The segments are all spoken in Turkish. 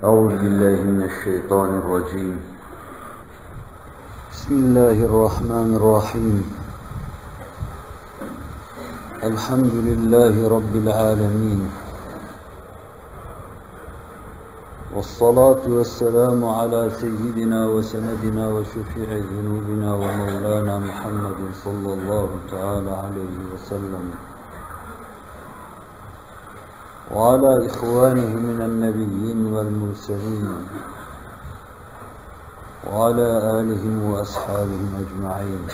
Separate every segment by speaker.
Speaker 1: أعوذ بالله من الشيطان الرجيم. بسم الله الرحمن الرحيم. الحمد لله رب العالمين، والصلاة والسلام على سيدنا وسندنا وشفيع ذنوبنا ومولانا محمد صلى الله تعالى عليه وسلم، وعلى إخوانه من النبيين والمرسلين، وعلى آلهم وأصحابهم أجمعين.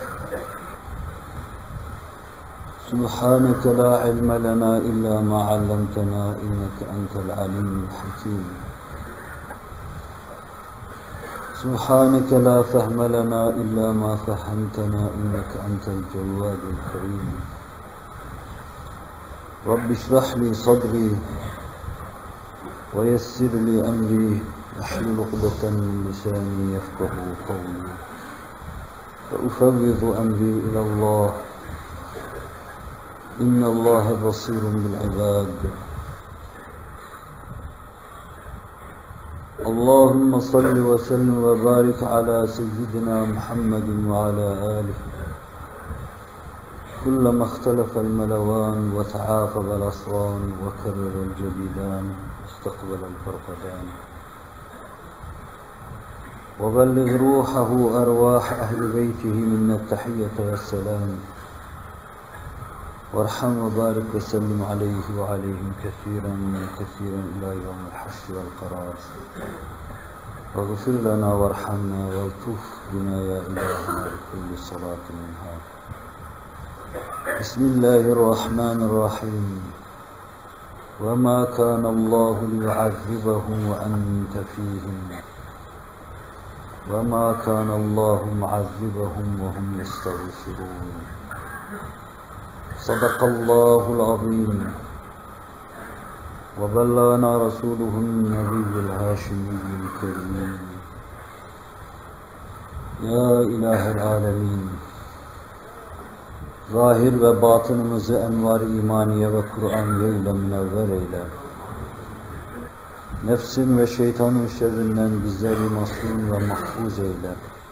Speaker 1: سبحانك لا علم لنا إلا ما علمتنا إنك أنت العليم الحكيم. سبحانك لا فهم لنا إلا ما فهمتنا إنك أنت الجواد الكريم. رب اشرح لي صدري ويسر لي أمري واحلل عقدة من لساني يفقه قولي، فأفوض أمري إلى الله إن الله بصير بالعباد. اللهم صل وسلم وبارك على سيدنا محمد وعلى آله. كلما اختلف الملوان وتعاقب الأصوان وكرر الجديدان واستقبل الفرقدان، وبلغ روحه أرواح أهل بيته منا التحية والسلام، وارحم وبارك وسلم عليه وعليهم كثيرا كثيرا إلى يوم الحشر والقرار. واغفر لنا وارحمنا والطف بنا يا إلهنا بكل صلاة منها. بسم الله الرحمن الرحيم. وما كان الله ليعذبهم وأنت فيهم وما كان الله معذبهم وهم يستغفرون. صدق الله العظيم. وبلغنا رسوله النبي الهاشمي الكريم. يا إله العالمين، zahir ve batınımızı envar-ı imaniye ve Kur'aniye ile münevver eyle. Nefsin ve şeytanın şerrinden bizleri masum ve mahfuz eyle.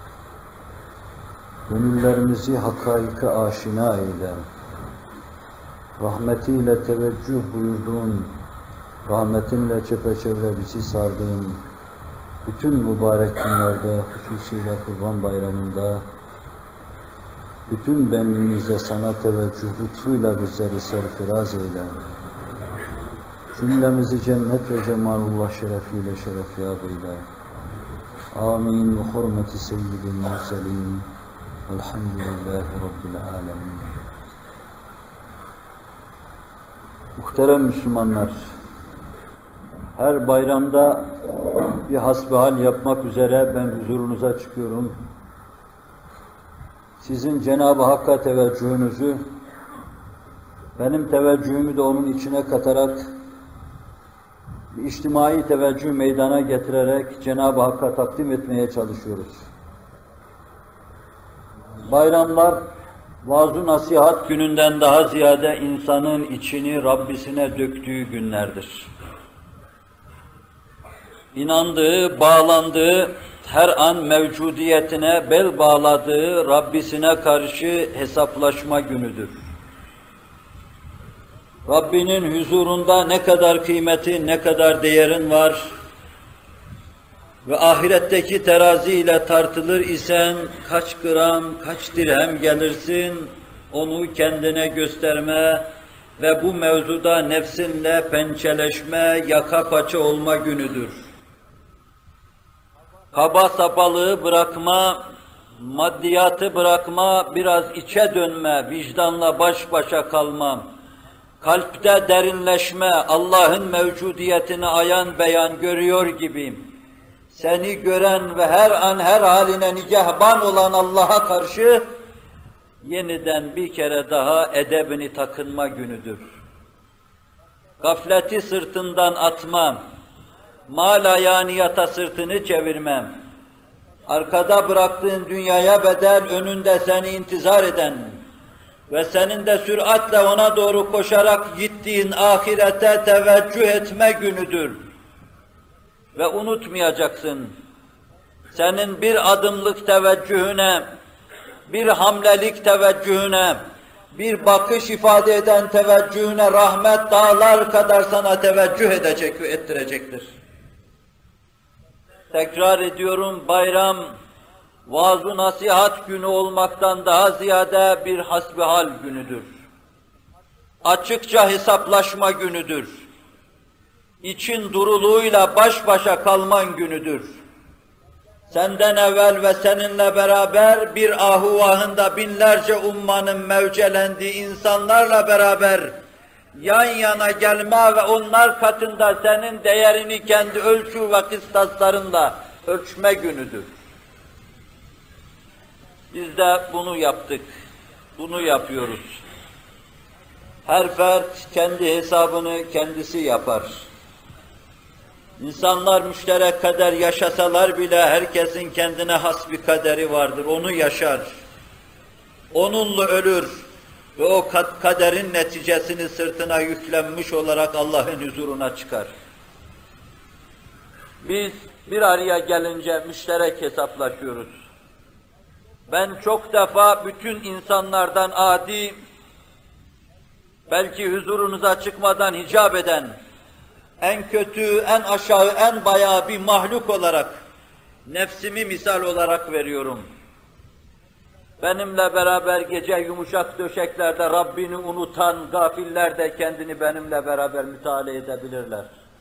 Speaker 1: Gönüllerimizi hakaike aşina eyle. Rahmetiyle teveccüh buyurduğun, rahmetinle çepeçevre bizi sardığın, bütün mübarek günlerde, hususiyle Kurban Bayramı'nda, bütün benliğimizle sana teveccüh lütfuyla bizleri serfiraz eyle. Cümlemizi cennet ve cemalullah şerefiyle şerefyab eyle. Amin. Ve hurmeti seyyidil murselin. Elhamdülillahi Rabbil alemin. Muhterem Müslümanlar, her bayramda bir hasbihal yapmak üzere ben huzurunuza çıkıyorum. Sizin Cenab-ı Hakk'a teveccühünüzü, benim teveccühümü de onun içine katarak, bir içtimai teveccüh meydana getirerek Cenab-ı Hakk'a takdim etmeye çalışıyoruz. Bayramlar, vaaz-ı nasihat gününden daha ziyade insanın içini Rabbisine döktüğü günlerdir. İnandığı, bağlandığı, her an mevcudiyetine bel bağladığı Rabbisine karşı hesaplaşma günüdür. Rabbinin huzurunda ne kadar kıymeti, ne kadar değerin var ve ahiretteki terazi ile tartılır isen kaç gram, kaç dirhem gelirsin, onu kendine gösterme ve bu mevzuda nefsinle pençeleşme, yaka paça olma günüdür. Kaba sapalığı bırakma, maddiyatı bırakma, biraz içe dönme, vicdanla baş başa kalma, kalpte derinleşme, Allah'ın mevcudiyetini ayan beyan görüyor gibi, seni gören ve her an her haline nigahban olan Allah'a karşı yeniden bir kere daha edebini takınma günüdür. Gafleti sırtından atma, malayaniyata sırtını çevirmem, arkada bıraktığın dünyaya bedel önünde seni intizar eden ve senin de süratle ona doğru koşarak gittiğin ahirete teveccüh etme günüdür. ve unutmayacaksın. Senin bir adımlık teveccühüne, bir hamlelik teveccühüne, bir bakış ifade eden teveccühüne rahmet dağlar kadar sana teveccüh edecek ve ettirecektir. Tekrar ediyorum, bayram, vaaz-ı nasihat günü olmaktan daha ziyade bir hasbihal günüdür. Açıkça hesaplaşma günüdür. İçin duruluğuyla baş başa kalman günüdür. Senden evvel ve seninle beraber bir ahuvahında binlerce ummanın mevcelendiği insanlarla beraber yan yana gelme ve onlar katında senin değerini kendi ölçü ve kıstaslarınla ölçme günüdür. Biz de bunu yaptık, bunu yapıyoruz. Her fert kendi hesabını kendisi yapar. İnsanlar müşterek kader yaşasalar bile herkesin kendine has bir kaderi vardır, onu yaşar. Onunla ölür ve o kaderin neticesini sırtına yüklenmiş olarak Allah'ın huzuruna çıkar. Biz bir araya gelince müşterek hesaplaşıyoruz. Ben çok defa bütün insanlardan adi, belki huzurunuza çıkmadan hicap eden, en kötü, en aşağı, en bayağı bir mahluk olarak, nefsimi misal olarak veriyorum. Benimle beraber gece yumuşak döşeklerde Rabbini unutan gafiller de kendini benimle beraber müteala edebilirler.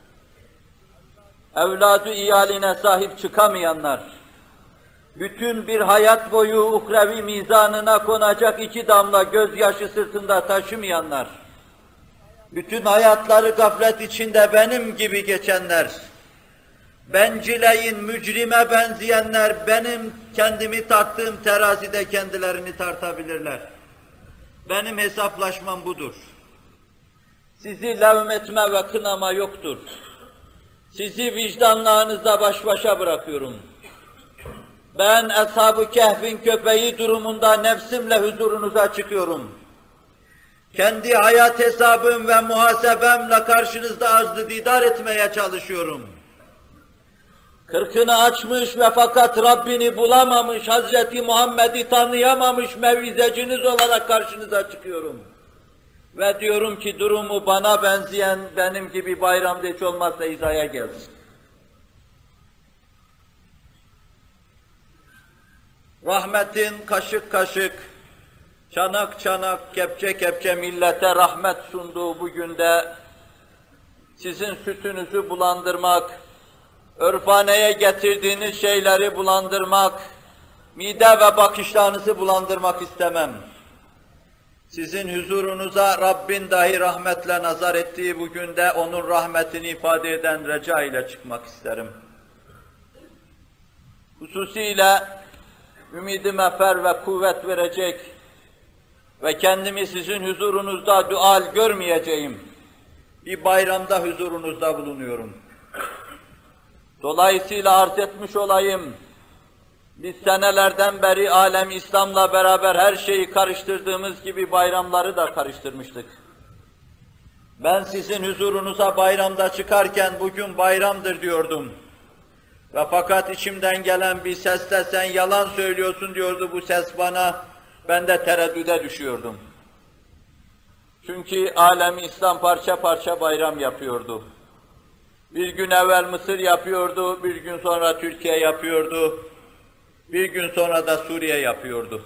Speaker 1: Evladı iyaline sahip çıkamayanlar, bütün bir hayat boyu uhrevi mizanına konacak 2 damla gözyaşı sırtında taşımayanlar, bütün hayatları gaflet içinde benim gibi geçenler, bencileyin, mücrime benzeyenler benim kendimi tarttığım terazide kendilerini tartabilirler. Benim hesaplaşmam budur. Sizi levmetme ve kınama yoktur. Sizi vicdanlarınızla baş başa bırakıyorum. Ben Ashab-ı Kehf'in köpeği durumunda nefsimle huzurunuza çıkıyorum. Kendi hayat hesabım ve muhasebemle karşınızda arzı didar etmeye çalışıyorum. 40'ını açmış ve fakat Rabbini bulamamış, Hazreti Muhammed'i tanıyamamış mevizeciniz olarak karşınıza çıkıyorum. Ve diyorum ki durumu bana benzeyen, benim gibi bayramda hiç olmazsa hizaya gelsin. Rahmetin kaşık kaşık, çanak çanak, kepçe kepçe millete rahmet sunduğu bu günde sizin sütünüzü bulandırmak, örfaneye getirdiğiniz şeyleri bulandırmak, mide ve bakışlarınızı bulandırmak istemem. Sizin huzurunuza Rabbin dahi rahmetle nazar ettiği bu günde onun rahmetini ifade eden reca ile çıkmak isterim. Hususiyle ümidime fer ve kuvvet verecek ve kendimi sizin huzurunuzda dual görmeyeceğim bir bayramda huzurunuzda bulunuyorum. Dolayısıyla arz etmiş olayım, biz senelerden beri alem İslam'la beraber her şeyi karıştırdığımız gibi bayramları da karıştırmıştık. Ben sizin huzurunuza bayramda çıkarken bugün bayramdır diyordum. Ve fakat içimden gelen bir sesle sen yalan söylüyorsun diyordu bu ses bana, ben de tereddüde düşüyordum. Çünkü alem İslam parça parça bayram yapıyordu. Bir gün evvel Mısır yapıyordu, bir gün sonra Türkiye yapıyordu, bir gün sonra da Suriye yapıyordu.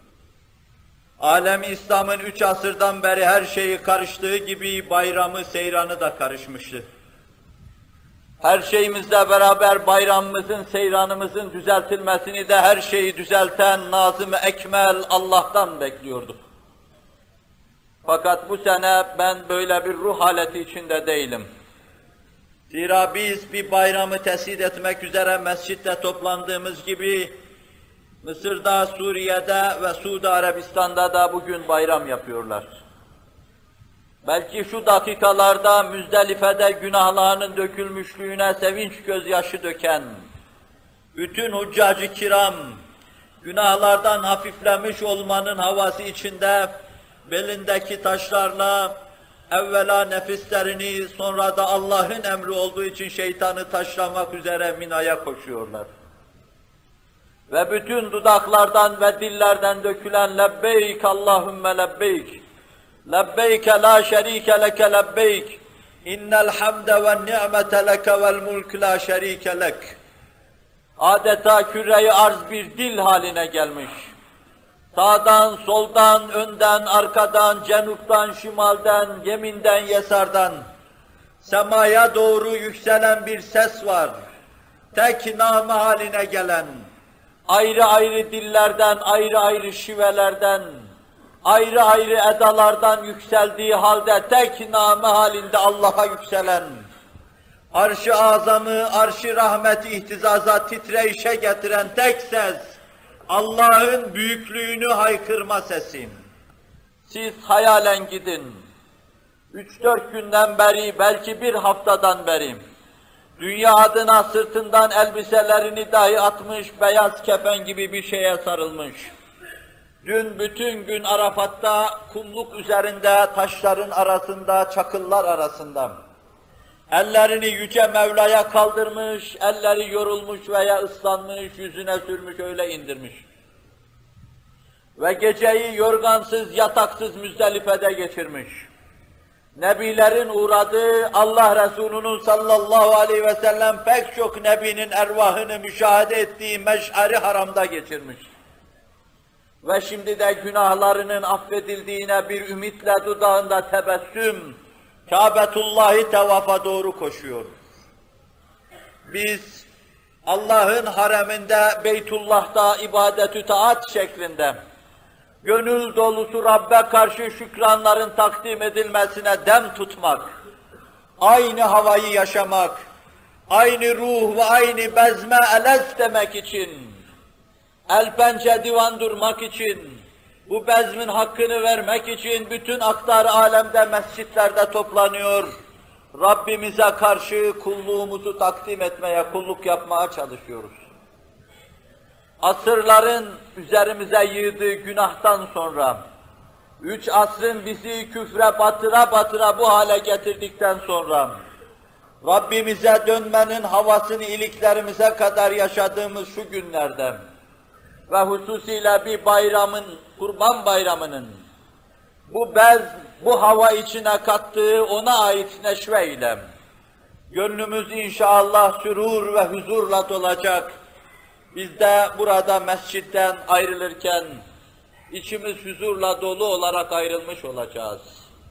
Speaker 1: Alem İslam'ın 3 asırdan beri her şeyi karıştığı gibi bayramı, seyranı da karışmıştı. Her şeyimizle beraber bayramımızın, seyranımızın düzeltilmesini de her şeyi düzelten Nazım-ı Ekmel Allah'tan bekliyorduk. Fakat bu sene ben böyle bir ruh haleti içinde değilim. Zira biz bir bayramı tescil etmek üzere mescitte toplandığımız gibi Mısır'da, Suriye'de ve Suudi Arabistan'da da bugün bayram yapıyorlar. Belki şu dakikalarda Müzdelife'de günahlarının dökülmüşlüğüne sevinç gözyaşı döken bütün huccacı kiram günahlardan hafiflemiş olmanın havası içinde belindeki taşlarla evvela nefislerini, sonra da Allah'ın emri olduğu için şeytanı taşlamak üzere Mina'ya koşuyorlar. Ve bütün dudaklardan ve dillerden dökülen lebbeyk Allahümme lebbeyk, lebbeyke la şerike leke lebbeyk, innel hamde ve ni'mete leke vel mulk la şerike lek. Adeta küre-i arz bir dil haline gelmiş. Sağdan, soldan, önden, arkadan, cenuptan, şimalden, yeminden, yesardan semaya doğru yükselen bir ses var. Tek name haline gelen, ayrı ayrı dillerden, ayrı ayrı şivelerden, ayrı ayrı edalardan yükseldiği halde tek name halinde Allah'a yükselen, arş-ı azamı, arş-ı rahmeti ihtizaza titreyişe getiren tek ses, Allah'ın büyüklüğünü haykırma sesi. Siz hayalen gidin. 3-4 günden beri, belki bir haftadan beri, dünya adına sırtından elbiselerini dahi atmış, beyaz kefen gibi bir şeye sarılmış. Dün bütün gün Arafat'ta, kumluk üzerinde, taşların arasında, çakıllar arasında, ellerini Yüce Mevla'ya kaldırmış, elleri yorulmuş veya ıslanmış, yüzüne sürmüş, öyle indirmiş. Ve geceyi yorgansız, yataksız Müzdelife'de geçirmiş. Nebilerin uğradığı, Allah Resulü'nün sallallahu aleyhi ve sellem pek çok nebinin ervahını müşahede ettiği Meş'ar-ı Haram'da geçirmiş. Ve şimdi de günahlarının affedildiğine bir ümitle dudağında tebessüm, Kâbetullâhi tevafa doğru koşuyor. Biz Allah'ın hareminde, Beytullah'ta ibadet-ü taat şeklinde gönül dolusu Rabbe karşı şükranların takdim edilmesine dem tutmak, aynı havayı yaşamak, aynı ruh ve aynı bezme elez demek için, el pençe divan durmak için, bu bezmin hakkını vermek için bütün aktar alemde, mescitlerde toplanıyor. Rabbimize karşı kulluğumuzu takdim etmeye, kulluk yapmaya çalışıyoruz. Asırların üzerimize yığdığı günahtan sonra, 3 asrın bizi küfre batıra batıra bu hale getirdikten sonra, Rabbimize dönmenin havasını iliklerimize kadar yaşadığımız şu günlerde ve hususiyle bir bayramın, Kurban Bayramı'nın bu bez, bu hava içine kattığı ona ait neşve ile gönlümüz inşallah sürur ve huzurla dolacak. Biz de burada mescitten ayrılırken içimiz huzurla dolu olarak ayrılmış olacağız.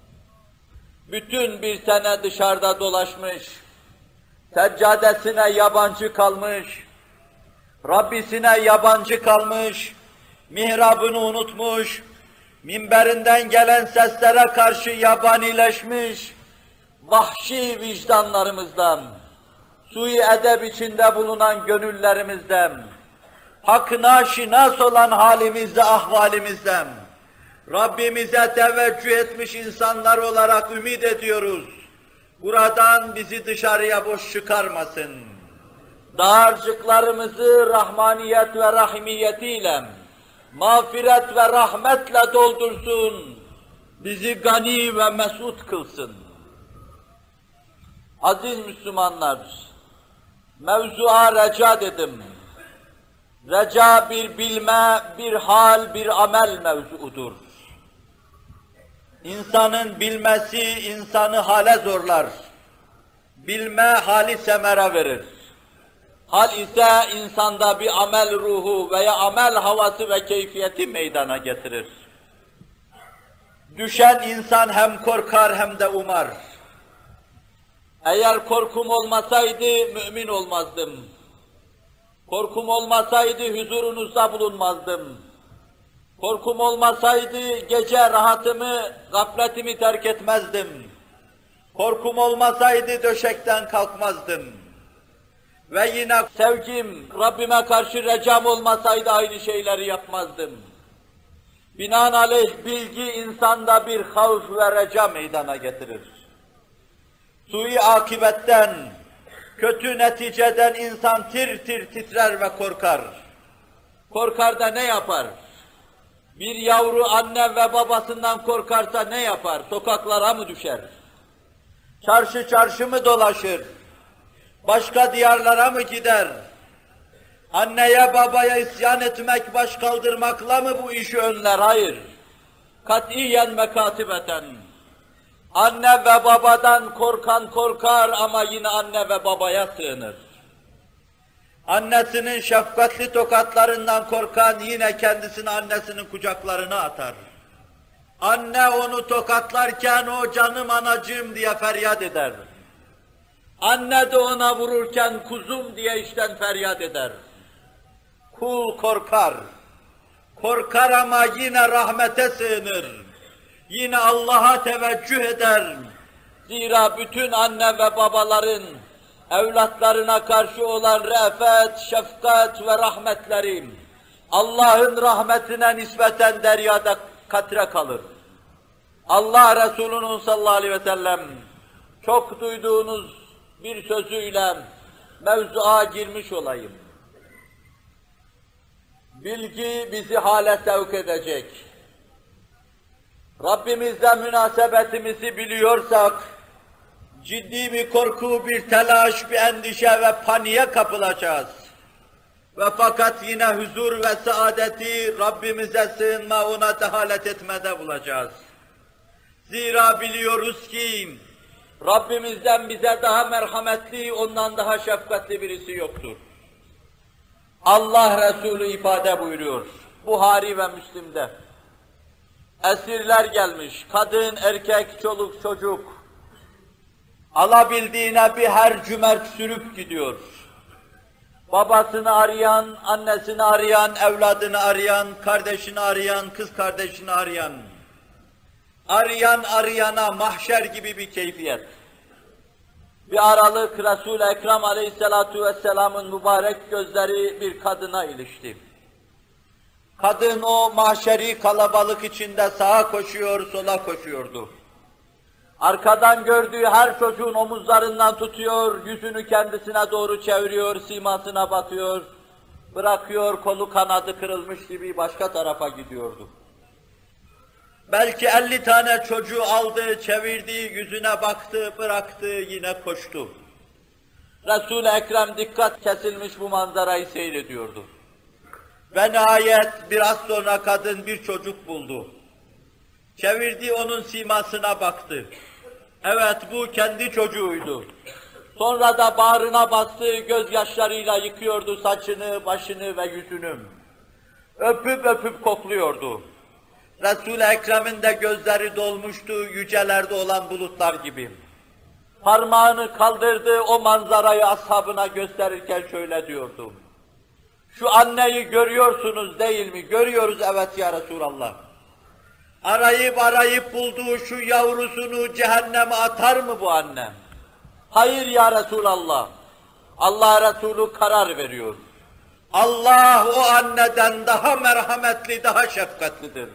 Speaker 1: Bütün bir sene dışarıda dolaşmış, seccadesine yabancı kalmış, Rabbisine yabancı kalmış, mihrabını unutmuş, minberinden gelen seslere karşı yabanileşmiş, vahşi vicdanlarımızdan, sui edeb içinde bulunan gönüllerimizden, hakkına şinas olan halimizde, ahvalimizden, Rabbimize teveccüh etmiş insanlar olarak ümit ediyoruz. Buradan bizi dışarıya boş çıkarmasın. Dağarcıklarımızı rahmaniyet ve rahimiyetiyle, mağfiret ve rahmetle doldursun. Bizi gani ve mesut kılsın. Aziz Müslümanlar, mevzuğa reca dedim. Reca bir bilme, bir hal, bir amel mevzuudur. İnsanın bilmesi insanı hale zorlar. Bilme hali semere verir. Hal ise insanda bir amel ruhu veya amel havası ve keyfiyeti meydana getirir. Düşen insan hem korkar hem de umar. Eğer korkum olmasaydı mümin olmazdım. Korkum olmasaydı huzurunuzda bulunmazdım. Korkum olmasaydı gece rahatımı, gafletimi terk etmezdim. Korkum olmasaydı döşekten kalkmazdım. Ve yine sevgim, Rabbime karşı recam olmasaydı aynı şeyleri yapmazdım. Binaenaleyh bilgi insanda bir havf ve reca meydana getirir. Sui akibetten, kötü neticeden insan tir tir titrer ve korkar. Korkar da ne yapar? Bir yavru anne ve babasından korkarsa ne yapar? Sokaklara mı düşer? Çarşı çarşı mı dolaşır? Başka diyarlara mı gider? Anneye babaya isyan etmek, baş kaldırmakla mı bu işi önler? Hayır. Katiyen ve katibeten. Anne ve babadan korkan korkar ama yine anne ve babaya sığınır. Annesinin şefkatli tokatlarından korkan yine kendisini annesinin kucaklarına atar. Anne onu tokatlarken o canım anacığım diye feryat eder. Anne de ona vururken kuzum diye içten feryat eder. Kul korkar. Korkar ama yine rahmete sığınır. Yine Allah'a teveccüh eder. Zira bütün anne ve babaların evlatlarına karşı olan re'fet, şefkat ve rahmetleri Allah'ın rahmetine nispeten deryada katre kalır. Allah Resulü'nün sallallahu aleyhi ve sellem çok duyduğunuz bir sözüyle mevzuğa girmiş olayım. Bilgi bizi hale sevk edecek. Rabbimizle münasebetimizi biliyorsak, ciddi bir korku, bir telaş, bir endişe ve paniğe kapılacağız. Ve fakat yine huzur ve saadeti Rabbimize sığınma, ona dehalet etmede bulacağız. Zira biliyoruz ki, Rabbimizden bize daha merhametli, ondan daha şefkatli birisi yoktur. Allah Resulü ifade buyuruyor, Buhari ve Müslim'de. Esirler gelmiş, kadın, erkek, çoluk, çocuk, alabildiğine bir her cümerç sürüp gidiyor. Babasını arayan, annesini arayan, evladını arayan, kardeşini arayan, kız kardeşini arayan. Arayan arayana mahşer gibi bir keyfiyet. Bir aralık Resul-i Ekrem aleyhissalatu vesselamın mübarek gözleri bir kadına ilişti. Kadın o mahşeri kalabalık içinde sağa koşuyor, sola koşuyordu. Arkadan gördüğü her çocuğun omuzlarından tutuyor, yüzünü kendisine doğru çeviriyor, simasına batıyor, bırakıyor, kolu kanadı kırılmış gibi başka tarafa gidiyordu. Belki 50 tane çocuğu aldı, çevirdi, yüzüne baktı, bıraktı, yine koştu. Resul-i Ekrem dikkat kesilmiş bu manzarayı seyrediyordu. Ve nihayet biraz sonra kadın bir çocuk buldu. Çevirdi, onun simasına baktı. Evet, bu kendi çocuğuydu. Sonra da bağrına bastı, gözyaşlarıyla yıkıyordu saçını, başını ve yüzünü. Öpüp öpüp kokluyordu. Resul-i Ekrem'in de gözleri dolmuştu, yücelerde olan bulutlar gibi. Parmağını kaldırdı, o manzarayı ashabına gösterirken şöyle diyordu. Şu anneyi görüyorsunuz değil mi? Görüyoruz, evet ya Resulallah. Arayıp bulduğu şu yavrusunu cehenneme atar mı bu anne? Hayır ya Resulallah. Allah Resulü karar veriyor. Allah o anneden daha merhametli, daha şefkatlidir.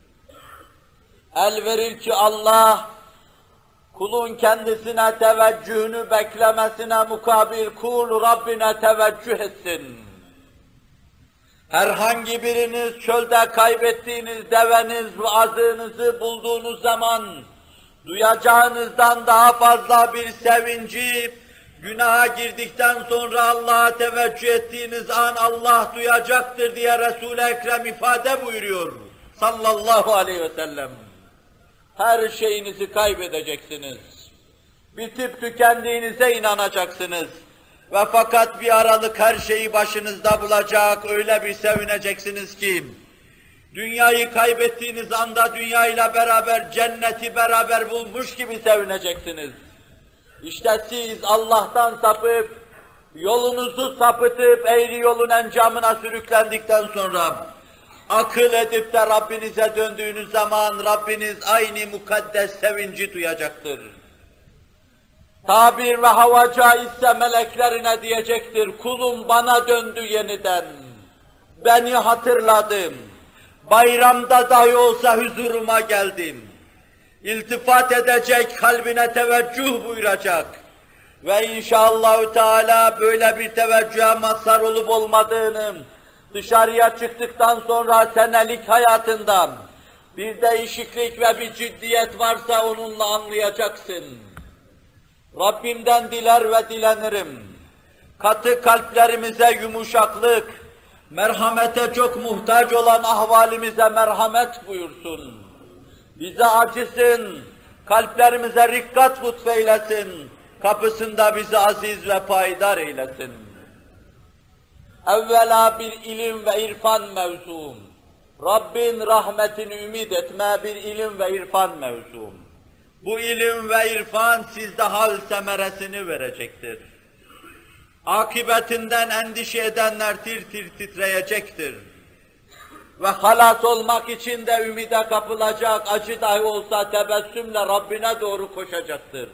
Speaker 1: El verir ki Allah, kulun kendisine teveccühünü beklemesine mukabil kul Rabbine teveccüh etsin. Herhangi biriniz çölde kaybettiğiniz deveniz ve azığınızı bulduğunuz zaman duyacağınızdan daha fazla bir sevinci, günaha girdikten sonra Allah'a teveccüh ettiğiniz an Allah duyacaktır diye Resul-i Ekrem ifade buyuruyor sallallahu aleyhi ve sellem. Her şeyinizi kaybedeceksiniz. Bitip tükendiğinize inanacaksınız. Ve fakat bir aralık her şeyi başınızda bulacak, öyle bir sevineceksiniz ki, dünyayı kaybettiğiniz anda dünyayla beraber, cenneti beraber bulmuş gibi sevineceksiniz. İşte siz Allah'tan sapıp, yolunuzu sapıtıp, eğri yolun encamına sürüklendikten sonra, akıl edip de Rabbinize döndüğünüz zaman, Rabbiniz aynı mukaddes sevinci duyacaktır. Tabir ve hava caizse meleklerine diyecektir, kulum bana döndü yeniden, beni hatırladım, bayramda dahi olsa huzuruma geldim. İltifat edecek, kalbine teveccüh buyuracak. Ve inşallahü teala böyle bir teveccühe mazhar olup olmadığını, dışarıya çıktıktan sonra senelik hayatından bir değişiklik ve bir ciddiyet varsa onunla anlayacaksın. Rabbimden diler ve dilenirim. Katı kalplerimize yumuşaklık, merhamete çok muhtaç olan ahvalimize merhamet buyursun. Bize acısın, kalplerimize rikkat lütfeylesin, kapısında bizi aziz ve payidar eylesin. Evvela bir ilim ve irfan mevzum. Rabbin rahmetini ümid etme bir ilim ve irfan mevzum. Bu ilim ve irfan sizde hal semeresini verecektir. Akibetinden endişe edenler tir tir titreyecektir. Ve halas olmak için de ümide kapılacak, acı dahi olsa tebessümle Rabbine doğru koşacaktır.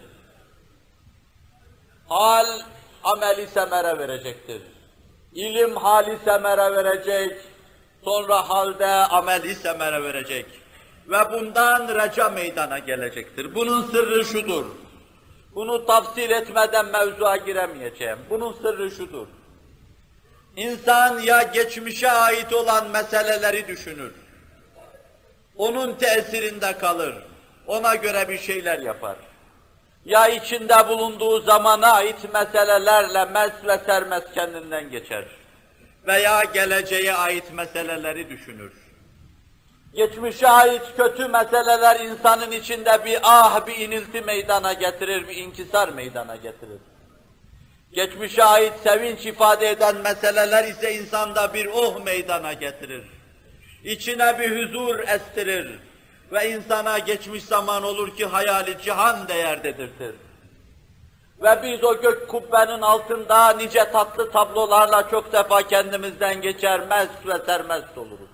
Speaker 1: Hal, ameli semere verecektir. İlim hali semere verecek, sonra halde ameli semere verecek. Ve bundan reca meydana gelecektir. Bunun sırrı şudur. Bunu tafsil etmeden mevzuya giremeyeceğim. Bunun sırrı şudur. İnsan ya geçmişe ait olan meseleleri düşünür. Onun tesirinde kalır. Ona göre bir şeyler yapar. Ya içinde bulunduğu zamana ait meselelerle mest ve sermest kendinden geçer. Veya geleceğe ait meseleleri düşünür. Geçmişe ait kötü meseleler insanın içinde bir bir inilti meydana getirir, bir inkisar meydana getirir. Geçmişe ait sevinç ifade eden meseleler ise insanda bir meydana getirir. İçine bir huzur estirir ve insana geçmiş zaman olur ki hayali cihan değer dedirtir. Ve biz o gök kubbenin altında nice tatlı tablolarla çok defa kendimizden geçer, mest ve sermest oluruz.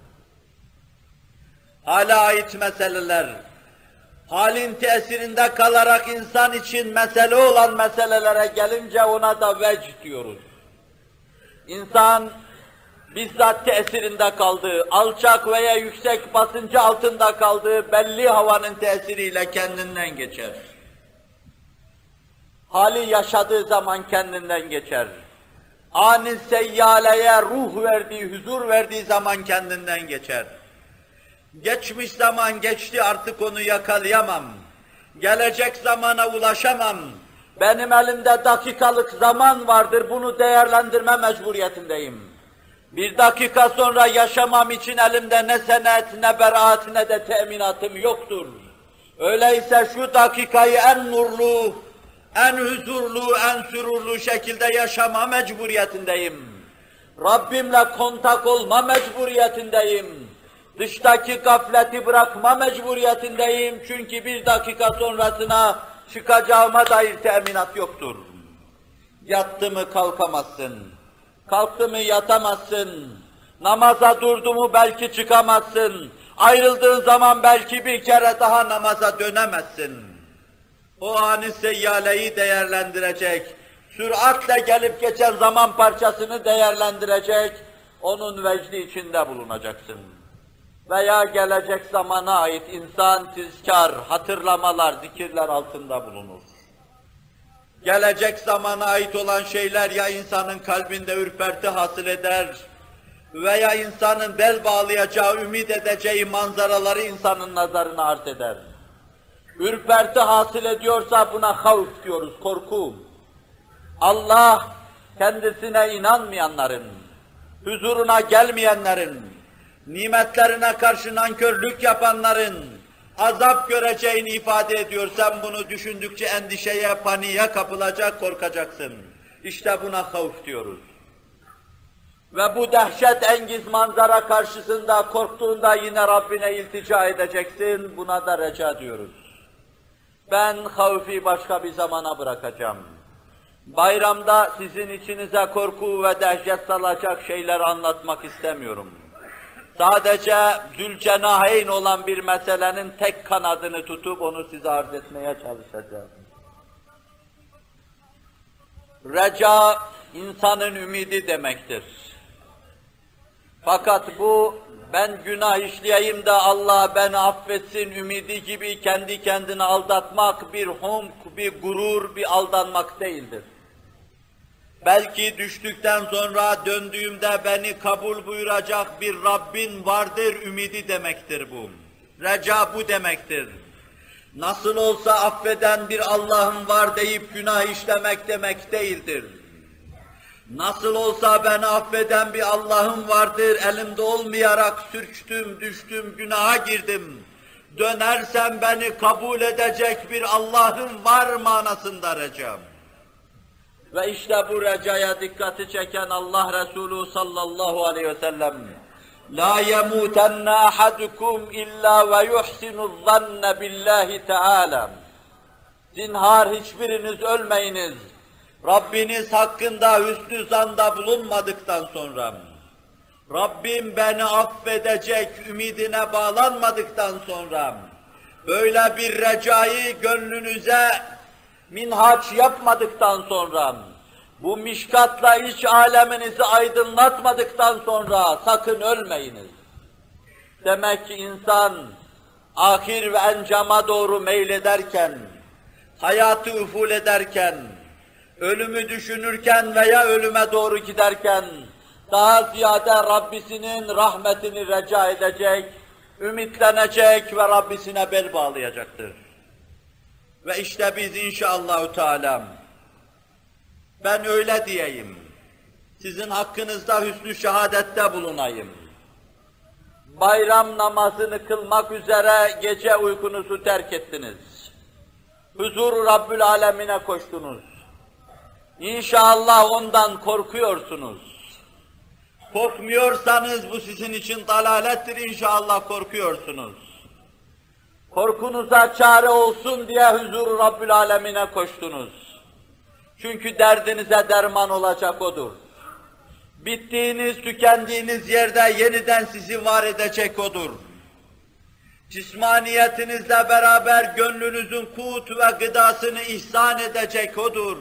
Speaker 1: Hale ait meseleler, halin tesirinde kalarak insan için mesele olan meselelere gelince ona da vecd diyoruz. İnsan bizzat tesirinde kaldığı, alçak veya yüksek basıncı altında kaldığı belli havanın tesiriyle kendinden geçer. Hali yaşadığı zaman kendinden geçer. Ani seyyaleye ruh verdiği, huzur verdiği zaman kendinden geçer. Geçmiş zaman geçti, artık onu yakalayamam. Gelecek zamana ulaşamam. Benim elimde dakikalık zaman vardır, bunu değerlendirme mecburiyetindeyim. Bir dakika sonra yaşamam için elimde ne senet, ne beraat, ne de teminatım yoktur. Öyleyse şu dakikayı en nurlu, en huzurlu, en sürurlu şekilde yaşama mecburiyetindeyim. Rabbimle kontak olma mecburiyetindeyim. Dıştaki gafleti bırakma mecburiyetindeyim. Çünkü bir dakika sonrasına çıkacağıma dair teminat yoktur. Yattı mı kalkamazsın. Kalktı mı yatamazsın. Namaza durdu mu belki çıkamazsın. Ayrıldığın zaman belki bir kere daha namaza dönemezsin. O an-ı seyyaleyi değerlendirecek, süratle gelip geçen zaman parçasını değerlendirecek, onun vecdi içinde bulunacaksın. Veya gelecek zamana ait insan tizkar, hatırlamalar, zikirler altında bulunur. Gelecek zamana ait olan şeyler ya insanın kalbinde ürperti hasıl eder veya insanın bel bağlayacağı, ümit edeceği manzaraları insanın nazarına arz eder. Ürperti hasıl ediyorsa buna havf diyoruz, korku. Allah kendisine inanmayanların, huzuruna gelmeyenlerin, nimetlerine karşı nankörlük yapanların azap göreceğini ifade ediyor. Sen bunu düşündükçe endişeye, paniğe kapılacak, korkacaksın. İşte buna havf diyoruz. Ve bu dehşet engiz manzara karşısında korktuğunda yine Rabbine iltica edeceksin. Buna da reca diyoruz. Ben havfi başka bir zamana bırakacağım. Bayramda sizin içinize korku ve dehşet salacak şeyler anlatmak istemiyorum. Sadece Zülcenaheyn olan bir meselenin tek kanadını tutup onu size arz etmeye çalışacağım. Reca, insanın ümidi demektir. Fakat bu, ben günah işleyeyim de Allah beni affetsin ümidi gibi kendi kendini aldatmak, bir humk, bir gurur, bir aldanmak değildir. belki düştükten sonra döndüğümde beni kabul buyuracak bir Rabbin vardır ümidi demektir bu. Reca bu demektir. Nasıl olsa affeden bir Allah'ım var deyip günah işlemek demek değildir. Nasıl olsa beni affeden bir Allah'ım vardır, elimde olmayarak sürçtüm, düştüm, günaha girdim. Dönersem beni kabul edecek bir Allah'ım var manasında recam. Ve işte bu recaya dikkati çeken Allah Resulü sallallahu aleyhi ve sellem لَا يَمُوتَنَّ أَحَدُكُمْ إِلَّا وَيُحْسِنُ الظَّنَّ بِاللّٰهِ تَعَالَى Zinhar hiçbiriniz ölmeyiniz. Rabbiniz hakkında hüsnü zanda bulunmadıktan sonra, Rabbim beni affedecek ümidine bağlanmadıktan sonra, böyle bir recayı gönlünüze minhaç yapmadıktan sonra, bu mişkatla iç aleminizi aydınlatmadıktan sonra sakın ölmeyiniz. Demek ki insan ahir ve encama doğru meylederken, hayatı uful ederken, ölümü düşünürken veya ölüme doğru giderken, daha ziyade Rabbisinin rahmetini reca edecek, ümitlenecek ve Rabbisine bel bağlayacaktır. Ve işte biz inşallahü teâlâ, ben öyle diyeyim, sizin hakkınızda hüsnü şehadette bulunayım. Bayram namazını kılmak üzere gece uykunuzu terk ettiniz. Huzur-u Rabbül Alemine koştunuz. İnşallah ondan korkuyorsunuz. Korkmuyorsanız bu sizin için dalalettir, inşallah korkuyorsunuz. Korkunuza çare olsun diye huzur-u Rabbül Alemine koştunuz. Çünkü derdinize derman olacak odur. Bittiğiniz, tükendiğiniz yerde yeniden sizi var edecek odur. Cismaniyetinizle beraber gönlünüzün kut ve gıdasını ihsan edecek odur.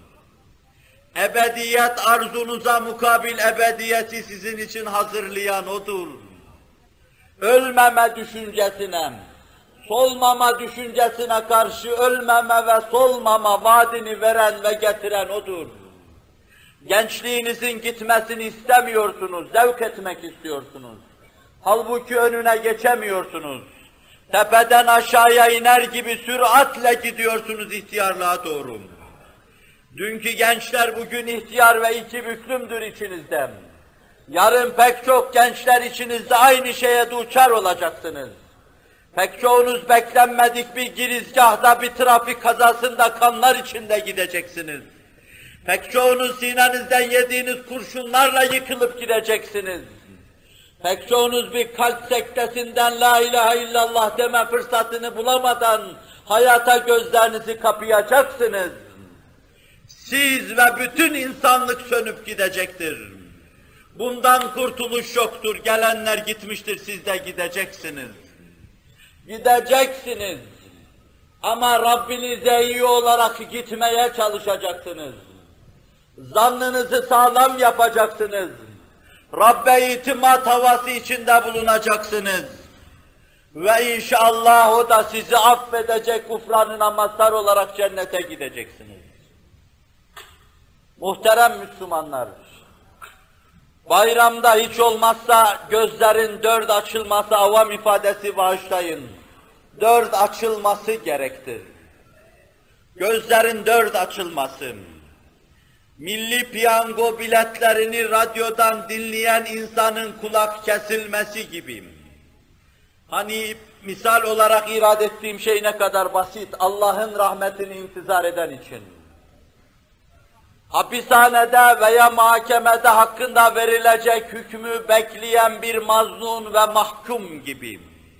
Speaker 1: Ebediyet arzunuza mukabil ebediyeti sizin için hazırlayan odur. Ölmeme düşüncesine, solmama düşüncesine karşı ölmeme ve solmama vaadini veren ve getiren odur. Gençliğinizin gitmesini istemiyorsunuz, zevk etmek istiyorsunuz. Halbuki önüne geçemiyorsunuz. Tepeden aşağıya iner gibi süratle gidiyorsunuz ihtiyarlığa doğru. Dünkü gençler bugün ihtiyar ve iki büklümdür içinizde. Yarın pek çok gençler içinizde aynı şeye duçar olacaksınız. Pek çoğunuz beklenmedik bir girizgahda bir trafik kazasında kanlar içinde gideceksiniz. Pek çoğunuz sinenizden yediğiniz kurşunlarla yıkılıp gideceksiniz. Pek çoğunuz bir kalp sektesinden la ilahe illallah deme fırsatını bulamadan hayata gözlerinizi kapayacaksınız. Siz ve bütün insanlık sönüp gidecektir. Bundan kurtuluş yoktur. Gelenler gitmiştir, siz de gideceksiniz. Gideceksiniz. Ama Rabbinize iyi olarak gitmeye çalışacaksınız. Zannınızı sağlam yapacaksınız. Rabbe itimat havası içinde bulunacaksınız. Ve inşallah o da sizi affedecek, gufranına mazhar olarak cennete gideceksiniz. Muhterem Müslümanlar, bayramda hiç olmazsa gözlerin dört açılması, avam ifadesi bağışlayın, dört açılması gerektir. Gözlerin dört açılması. Milli piyango biletlerini radyodan dinleyen insanın kulak kesilmesi gibi. Hani misal olarak irade ettiğim şey ne kadar basit, Allah'ın rahmetini intizar eden için. Hapishanede veya mahkemede hakkında verilecek hükmü bekleyen bir mazlum ve mahkum gibi.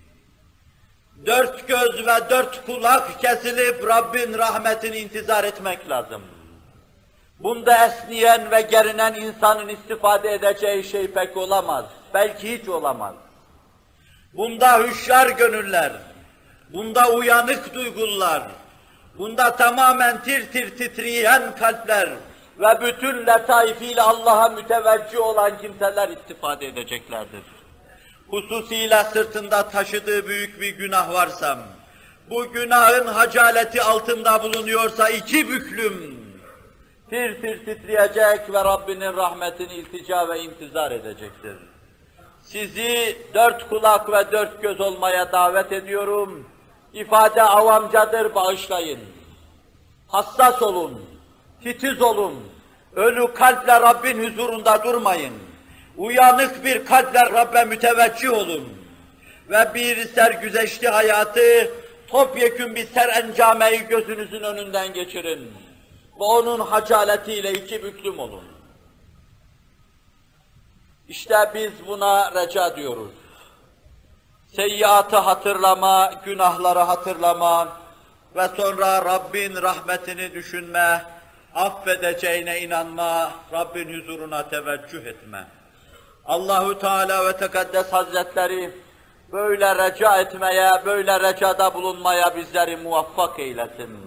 Speaker 1: Dört göz ve dört kulak kesilip Rabbin rahmetini intizar etmek lazım. Bunda esniyen ve gerinen insanın istifade edeceği şey pek olamaz, belki hiç olamaz. Bunda hüşyar gönüller, bunda uyanık duygular, bunda tamamen tir tir titreyen kalpler ve bütün letaifiyle Allah'a müteveccih olan kimseler istifade edeceklerdir. Hususiyle sırtında taşıdığı büyük bir günah varsa, bu günahın hacaleti altında bulunuyorsa iki büklüm, tir tir titreyecek ve Rabbinin rahmetini iltica ve intizar edecektir. Sizi dört kulak ve dört göz olmaya davet ediyorum. İfade avamcadır, bağışlayın. Hassas olun, titiz olun. Ölü kalple Rabbin huzurunda durmayın. Uyanık bir kalple Rabbe müteveccih olun. Ve bir sergüzeşti hayatı, topyekün bir serencameyi gözünüzün önünden geçirin. Ve onun hacaletiyle iki büklüm olun. İşte biz buna reca diyoruz. Seyyiatı hatırlama, günahları hatırlama ve sonra Rabbin rahmetini düşünme, affedeceğine inanma, Rabbin huzuruna teveccüh etme. Allahu Teala ve Tekaddes Hazretleri böyle reca etmeye, böyle recada bulunmaya bizleri muvaffak eylesin.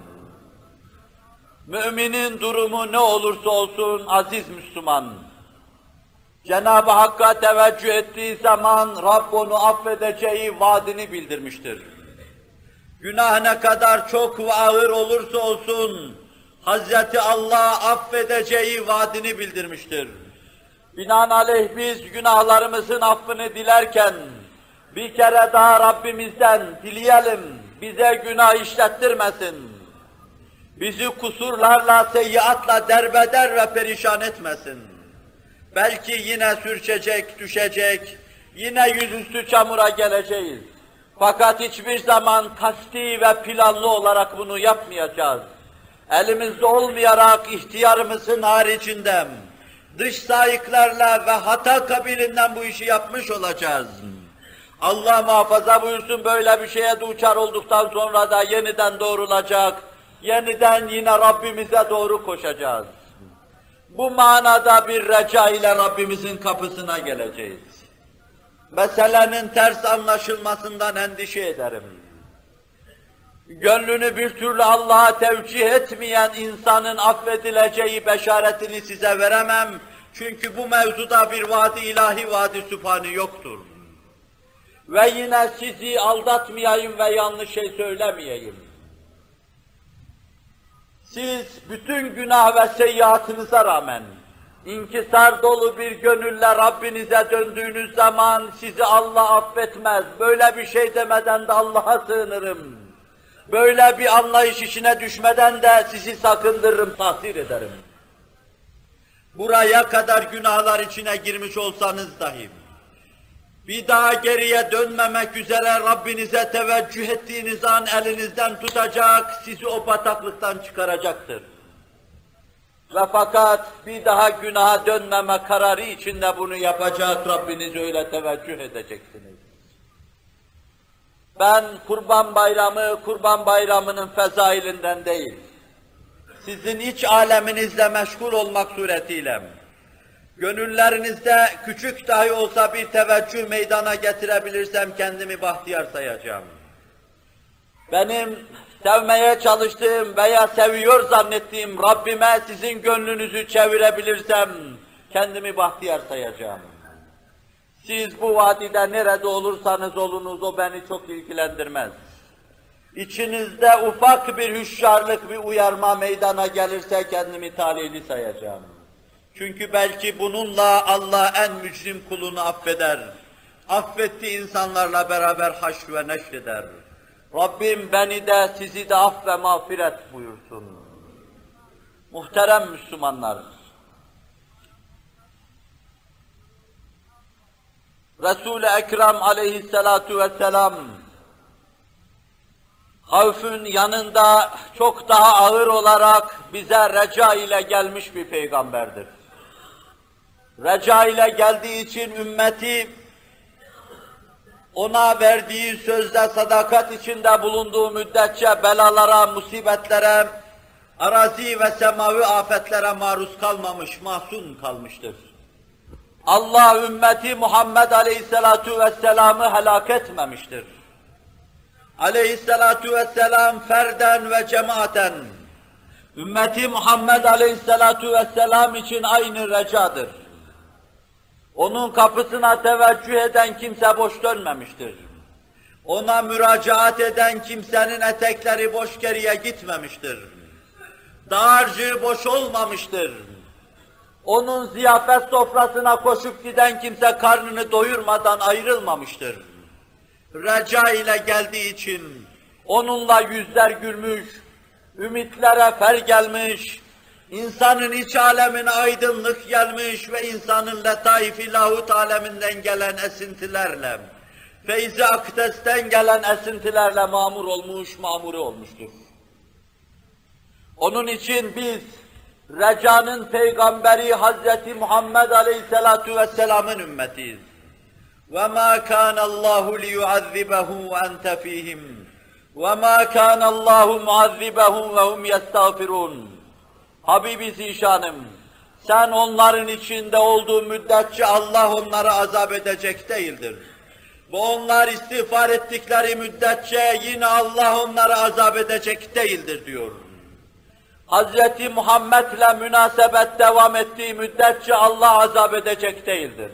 Speaker 1: Müminin durumu ne olursa olsun aziz Müslüman, Cenab-ı Hakk'a teveccüh ettiği zaman Rabb onu affedeceği vaadini bildirmiştir. Günah ne kadar çok ve ağır olursa olsun, Hazreti Allah affedeceği vaadini bildirmiştir. Binaenaleyh biz günahlarımızın affını dilerken, bir kere daha Rabbimizden dileyelim, bize günah işlettirmesin. Bizi kusurlarla, seyyiatla derbeder ve perişan etmesin. Belki yine sürçecek, düşecek, yine yüzüstü çamura geleceğiz. Fakat hiçbir zaman kasti ve planlı olarak bunu yapmayacağız. Elimizde olmayarak ihtiyarımızın haricinde, dış saiklerle ve hata kabilinden bu işi yapmış olacağız. Allah muhafaza buyursun böyle bir şeye duçar olduktan sonra da yeniden doğrulacak, yeniden yine Rabbimize doğru koşacağız. Bu manada bir reca ile Rabbimizin kapısına geleceğiz. Meselenin ters anlaşılmasından endişe ederim. Gönlünü bir türlü Allah'a tevcih etmeyen insanın affedileceği beşaretini size veremem. Çünkü bu mevzuda bir vaadi ilahi, vaadi sübhani yoktur. Ve yine sizi aldatmayayım ve yanlış şey söylemeyeyim. Siz bütün günah ve seyyiatınıza rağmen inkisar dolu bir gönülle Rabbinize döndüğünüz zaman sizi Allah affetmez. Böyle bir şey demeden de Allah'a sığınırım. Böyle bir anlayış işine düşmeden de sizi sakındırırım, tahzir ederim. Buraya kadar günahlar içine girmiş olsanız dahi, bir daha geriye dönmemek üzere Rabbinize teveccüh ettiğiniz an elinizden tutacak, sizi o bataklıktan çıkaracaktır. Ve fakat bir daha günaha dönmeme kararı içinde bunu yapacak, Rabbinize öyle teveccüh edeceksiniz. Ben Kurban Bayramı'nın fezailinden değil, sizin iç aleminizle meşgul olmak suretiyle, gönüllerinizde küçük dahi olsa bir teveccüh meydana getirebilirsem kendimi bahtiyar sayacağım. Benim sevmeye çalıştığım veya seviyor zannettiğim Rabbime sizin gönlünüzü çevirebilirsem kendimi bahtiyar sayacağım. Siz bu vadide nerede olursanız olunuz o beni çok ilgilendirmez. İçinizde ufak bir hüşyarlık, bir uyarma meydana gelirse kendimi talihli sayacağım. Çünkü belki bununla Allah en mücrim kulunu affeder. Affettiği insanlarla beraber haşr ve neşreder. Rabbim beni de sizi de aff ve mağfiret buyursun. Muhterem Müslümanlar, Resul-i Ekrem aleyhissalatu vesselam, havfün yanında çok daha ağır olarak bize reca ile gelmiş bir peygamberdir. Reca ile geldiği için ümmeti, ona verdiği sözde sadakat içinde bulunduğu müddetçe belalara, musibetlere, arazi ve semavi afetlere maruz kalmamış, mahzun kalmıştır. Allah ümmeti Muhammed Aleyhisselatu Vesselam'ı helak etmemiştir. Aleyhisselatu Vesselam ferden ve cemaaten, ümmeti Muhammed Aleyhisselatu Vesselam için aynı recadır. Onun kapısına teveccüh eden kimse boş dönmemiştir. Ona müracaat eden kimsenin etekleri boş geriye gitmemiştir. dağarcığı boş olmamıştır. Onun ziyafet sofrasına koşup giden kimse karnını doyurmadan ayrılmamıştır. Reca ile geldiği için onunla yüzler gülmüş, ümitlere fer gelmiş, insanın iç alemine aydınlık gelmiş ve insanın letaif-i lahut aleminden gelen esintilerle, feyz-i akdesten gelen esintilerle mamur olmuş, mamure olmuştur. Onun için biz, Reca'nın peygamberi Hazreti Muhammed Aleyhisselatu Vesselam'ın ümmetiyiz. وَمَا كَانَ اللّٰهُ لِيُعَذِّبَهُمْ وَاَنْتَ ف۪يهِمْ وَمَا كَانَ اللّٰهُ مُعَذِّبَهُمْ وَهُمْ يَسْتَغْفِرُونَ Habibi Zişanım, sen onların içinde olduğu müddetçe Allah onları azap edecek değildir. Ve onlar istiğfar ettikleri müddetçe yine Allah onları azap edecek değildir diyor. Hazreti Muhammed'le münasebet devam ettiği müddetçe Allah azap edecek değildir.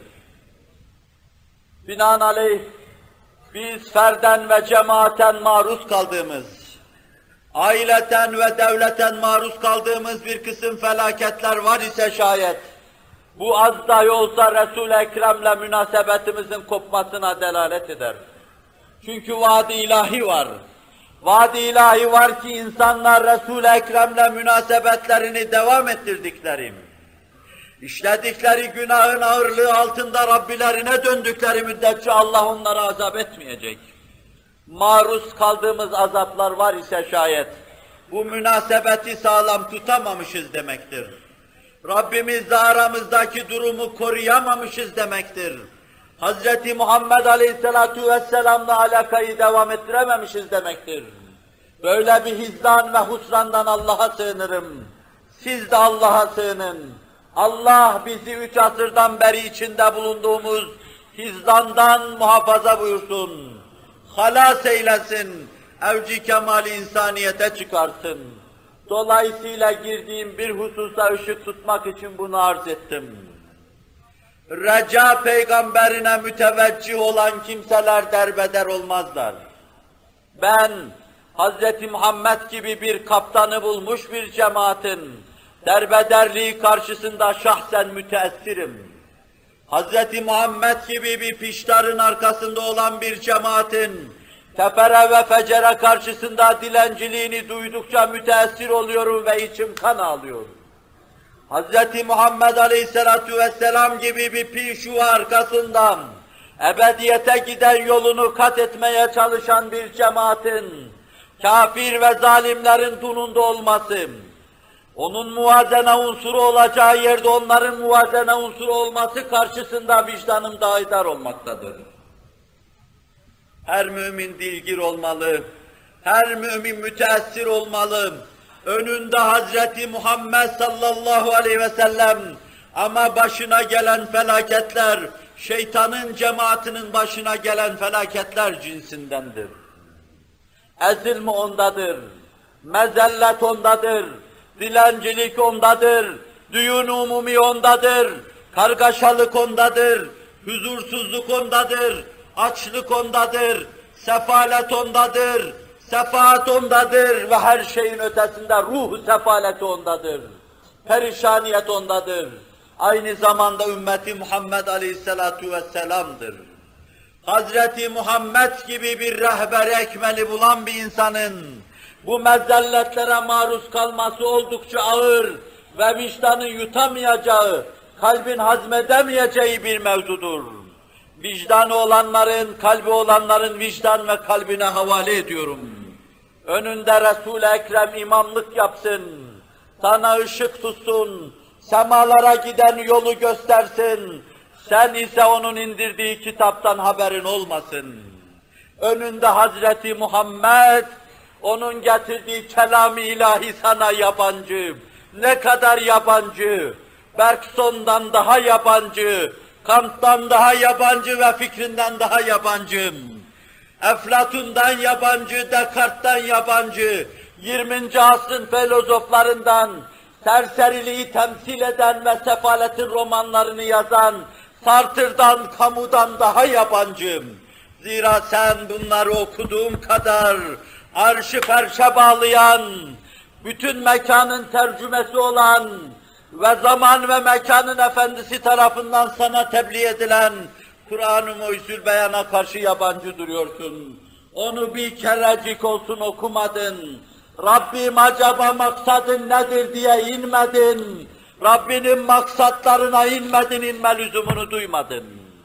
Speaker 1: Binaenaleyh biz ferden ve cemaaten maruz kaldığımız, aileten ve devleten maruz kaldığımız bir kısım felaketler var ise şayet, bu az dahi olsa Resul-i Ekrem'le münasebetimizin kopmasına delalet eder. Çünkü vaad-i ilahi var. Vaad-i ilahi var ki insanlar Resul-i Ekrem'le münasebetlerini devam ettirdikleri, işledikleri günahın ağırlığı altında Rabbilerine döndükleri müddetçe Allah onları azap etmeyecek. Maruz kaldığımız azaplar var ise şayet, bu münasebeti sağlam tutamamışız demektir. Rabbimizle aramızdaki durumu koruyamamışız demektir. Hazreti Muhammed Aleyhisselatu Vesselam'la alakayı devam ettirememişiz demektir. Böyle bir hizlan ve husrandan Allah'a sığınırım. Siz de Allah'a sığının. Allah bizi 3 asırdan beri içinde bulunduğumuz hizlandan muhafaza buyursun. Halas eylesin, evci kemal insaniyete çıkarsın. Dolayısıyla girdiğim bir hususa ışık tutmak için bunu arz ettim. Reca peygamberine müteveccih olan kimseler derbeder olmazlar. Ben, Hz. Muhammed gibi bir kaptanı bulmuş bir cemaatin derbederliği karşısında şahsen müteessirim. Hz. Muhammed gibi bir piştarın arkasında olan bir cemaatin tefere ve fecere karşısında dilenciliğini duydukça müteessir oluyorum ve içim kan ağlıyor. Hz. Muhammed Aleyhisselatu Vesselam gibi bir pişu arkasından ebediyete giden yolunu kat etmeye çalışan bir cemaatin kafir ve zalimlerin dununda olması, onun muvazene unsuru olacağı yerde onların muvazene unsuru olması karşısında vicdanım daidar olmaktadır. Her mümin dilgir olmalı, her mümin müteessir olmalı. Önünde Hazreti Muhammed sallallahu aleyhi ve sellem ama başına gelen felaketler, şeytanın cemaatinin başına gelen felaketler cinsindendir. Ezilme ondadır, mezellet ondadır, dilencilik ondadır, düğün umumi ondadır, kargaşalık ondadır, huzursuzluk ondadır, açlık ondadır, sefalet ondadır, sefaat ondadır ve her şeyin ötesinde ruh sefaleti ondadır, perişaniyet ondadır. Aynı zamanda ümmeti Muhammed Aleyhisselatu Vesselam'dır. Hazreti Muhammed gibi bir rehber ekmeli bulan bir insanın bu mezelletlere maruz kalması oldukça ağır ve vicdanın yutamayacağı, kalbin hazmedemeyeceği bir mevzudur. Vicdanı olanların, kalbi olanların vicdan ve kalbine havale ediyorum. Önünde Resul-i Ekrem imamlık yapsın, sana ışık tutsun, semalara giden yolu göstersin, sen ise onun indirdiği kitaptan haberin olmasın. Önünde Hazreti Muhammed, onun getirdiği kelam-ı ilahi sana yabancı, ne kadar yabancı, Bergson'dan daha yabancı, Kant'tan daha yabancı ve fikrinden daha yabancı, Eflatun'dan yabancı, Descartes'ten yabancı, 20. asrın filozoflarından, serseriliği temsil eden ve sefaletin romanlarını yazan Sartre'dan, Camus'dan daha yabancı. Zira sen bunları okuduğum kadar arşı ferşe bağlayan, bütün mekanın tercümesi olan ve zaman ve mekanın efendisi tarafından sana tebliğ edilen Kur'an-ı Mucizül Beyan'a karşı yabancı duruyorsun. Onu bir kerecik olsun okumadın. Rabbim acaba maksadın nedir diye inmedin. Rabbinin maksatlarına inme lüzumunu duymadın.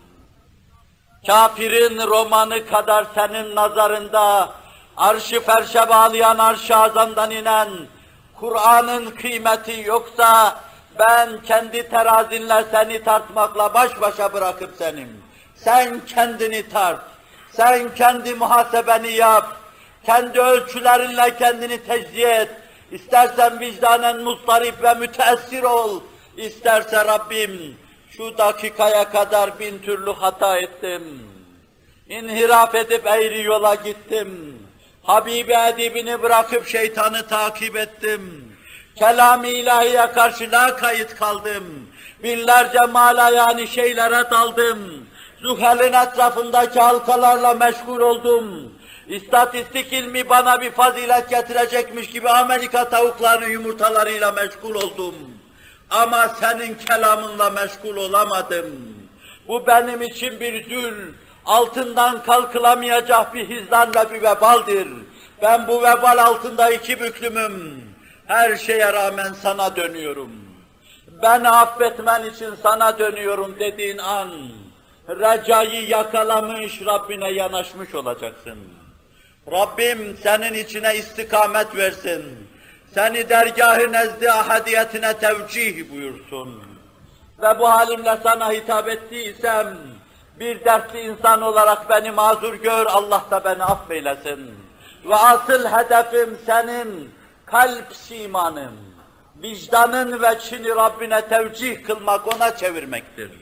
Speaker 1: Kafirin romanı kadar senin nazarında arş-ı ferşe bağlayan arş-ı azamdan inen Kur'an'ın kıymeti yoksa ben kendi terazinle seni tartmakla baş başa bırakıp senim. Sen kendini tart, sen kendi muhasebeni yap, kendi ölçülerinle kendini tecziye et. İstersen vicdanen muzdarip ve müteessir ol, isterse Rabbim şu dakikaya kadar 1000 türlü hata ettim. İnhiraf edip eğri yola gittim. Habibi edibini bırakıp şeytanı takip ettim. Kelam-ı ilahiye karşı la kayıt kaldım. Binlerce yani şeylere daldım. Zuhal'in etrafındaki halkalarla meşgul oldum. İstatistik ilmi bana bir fazilet getirecekmiş gibi Amerika tavuklarının yumurtalarıyla meşgul oldum. Ama senin kelamınla meşgul olamadım. Bu benim için bir zül, altından kalkılamayacak bir hizdan ve bir vebaldir. Ben bu vebal altında iki büklümüm. Her şeye rağmen sana dönüyorum. Beni affetmen için sana dönüyorum dediğin an, recayı yakalamış, Rabbine yanaşmış olacaksın. Rabbim senin içine istikamet versin. Seni dergâh-ı nezd-i ahadiyetine tevcih buyursun. Ve bu halimle sana hitap ettiysem, bir dertli insan olarak beni mazur gör, Allah da beni affeylesin. Ve asıl hedefim senin kalp simanın, vicdanın ve çini Rabbine tevcih kılmak, ona çevirmektir.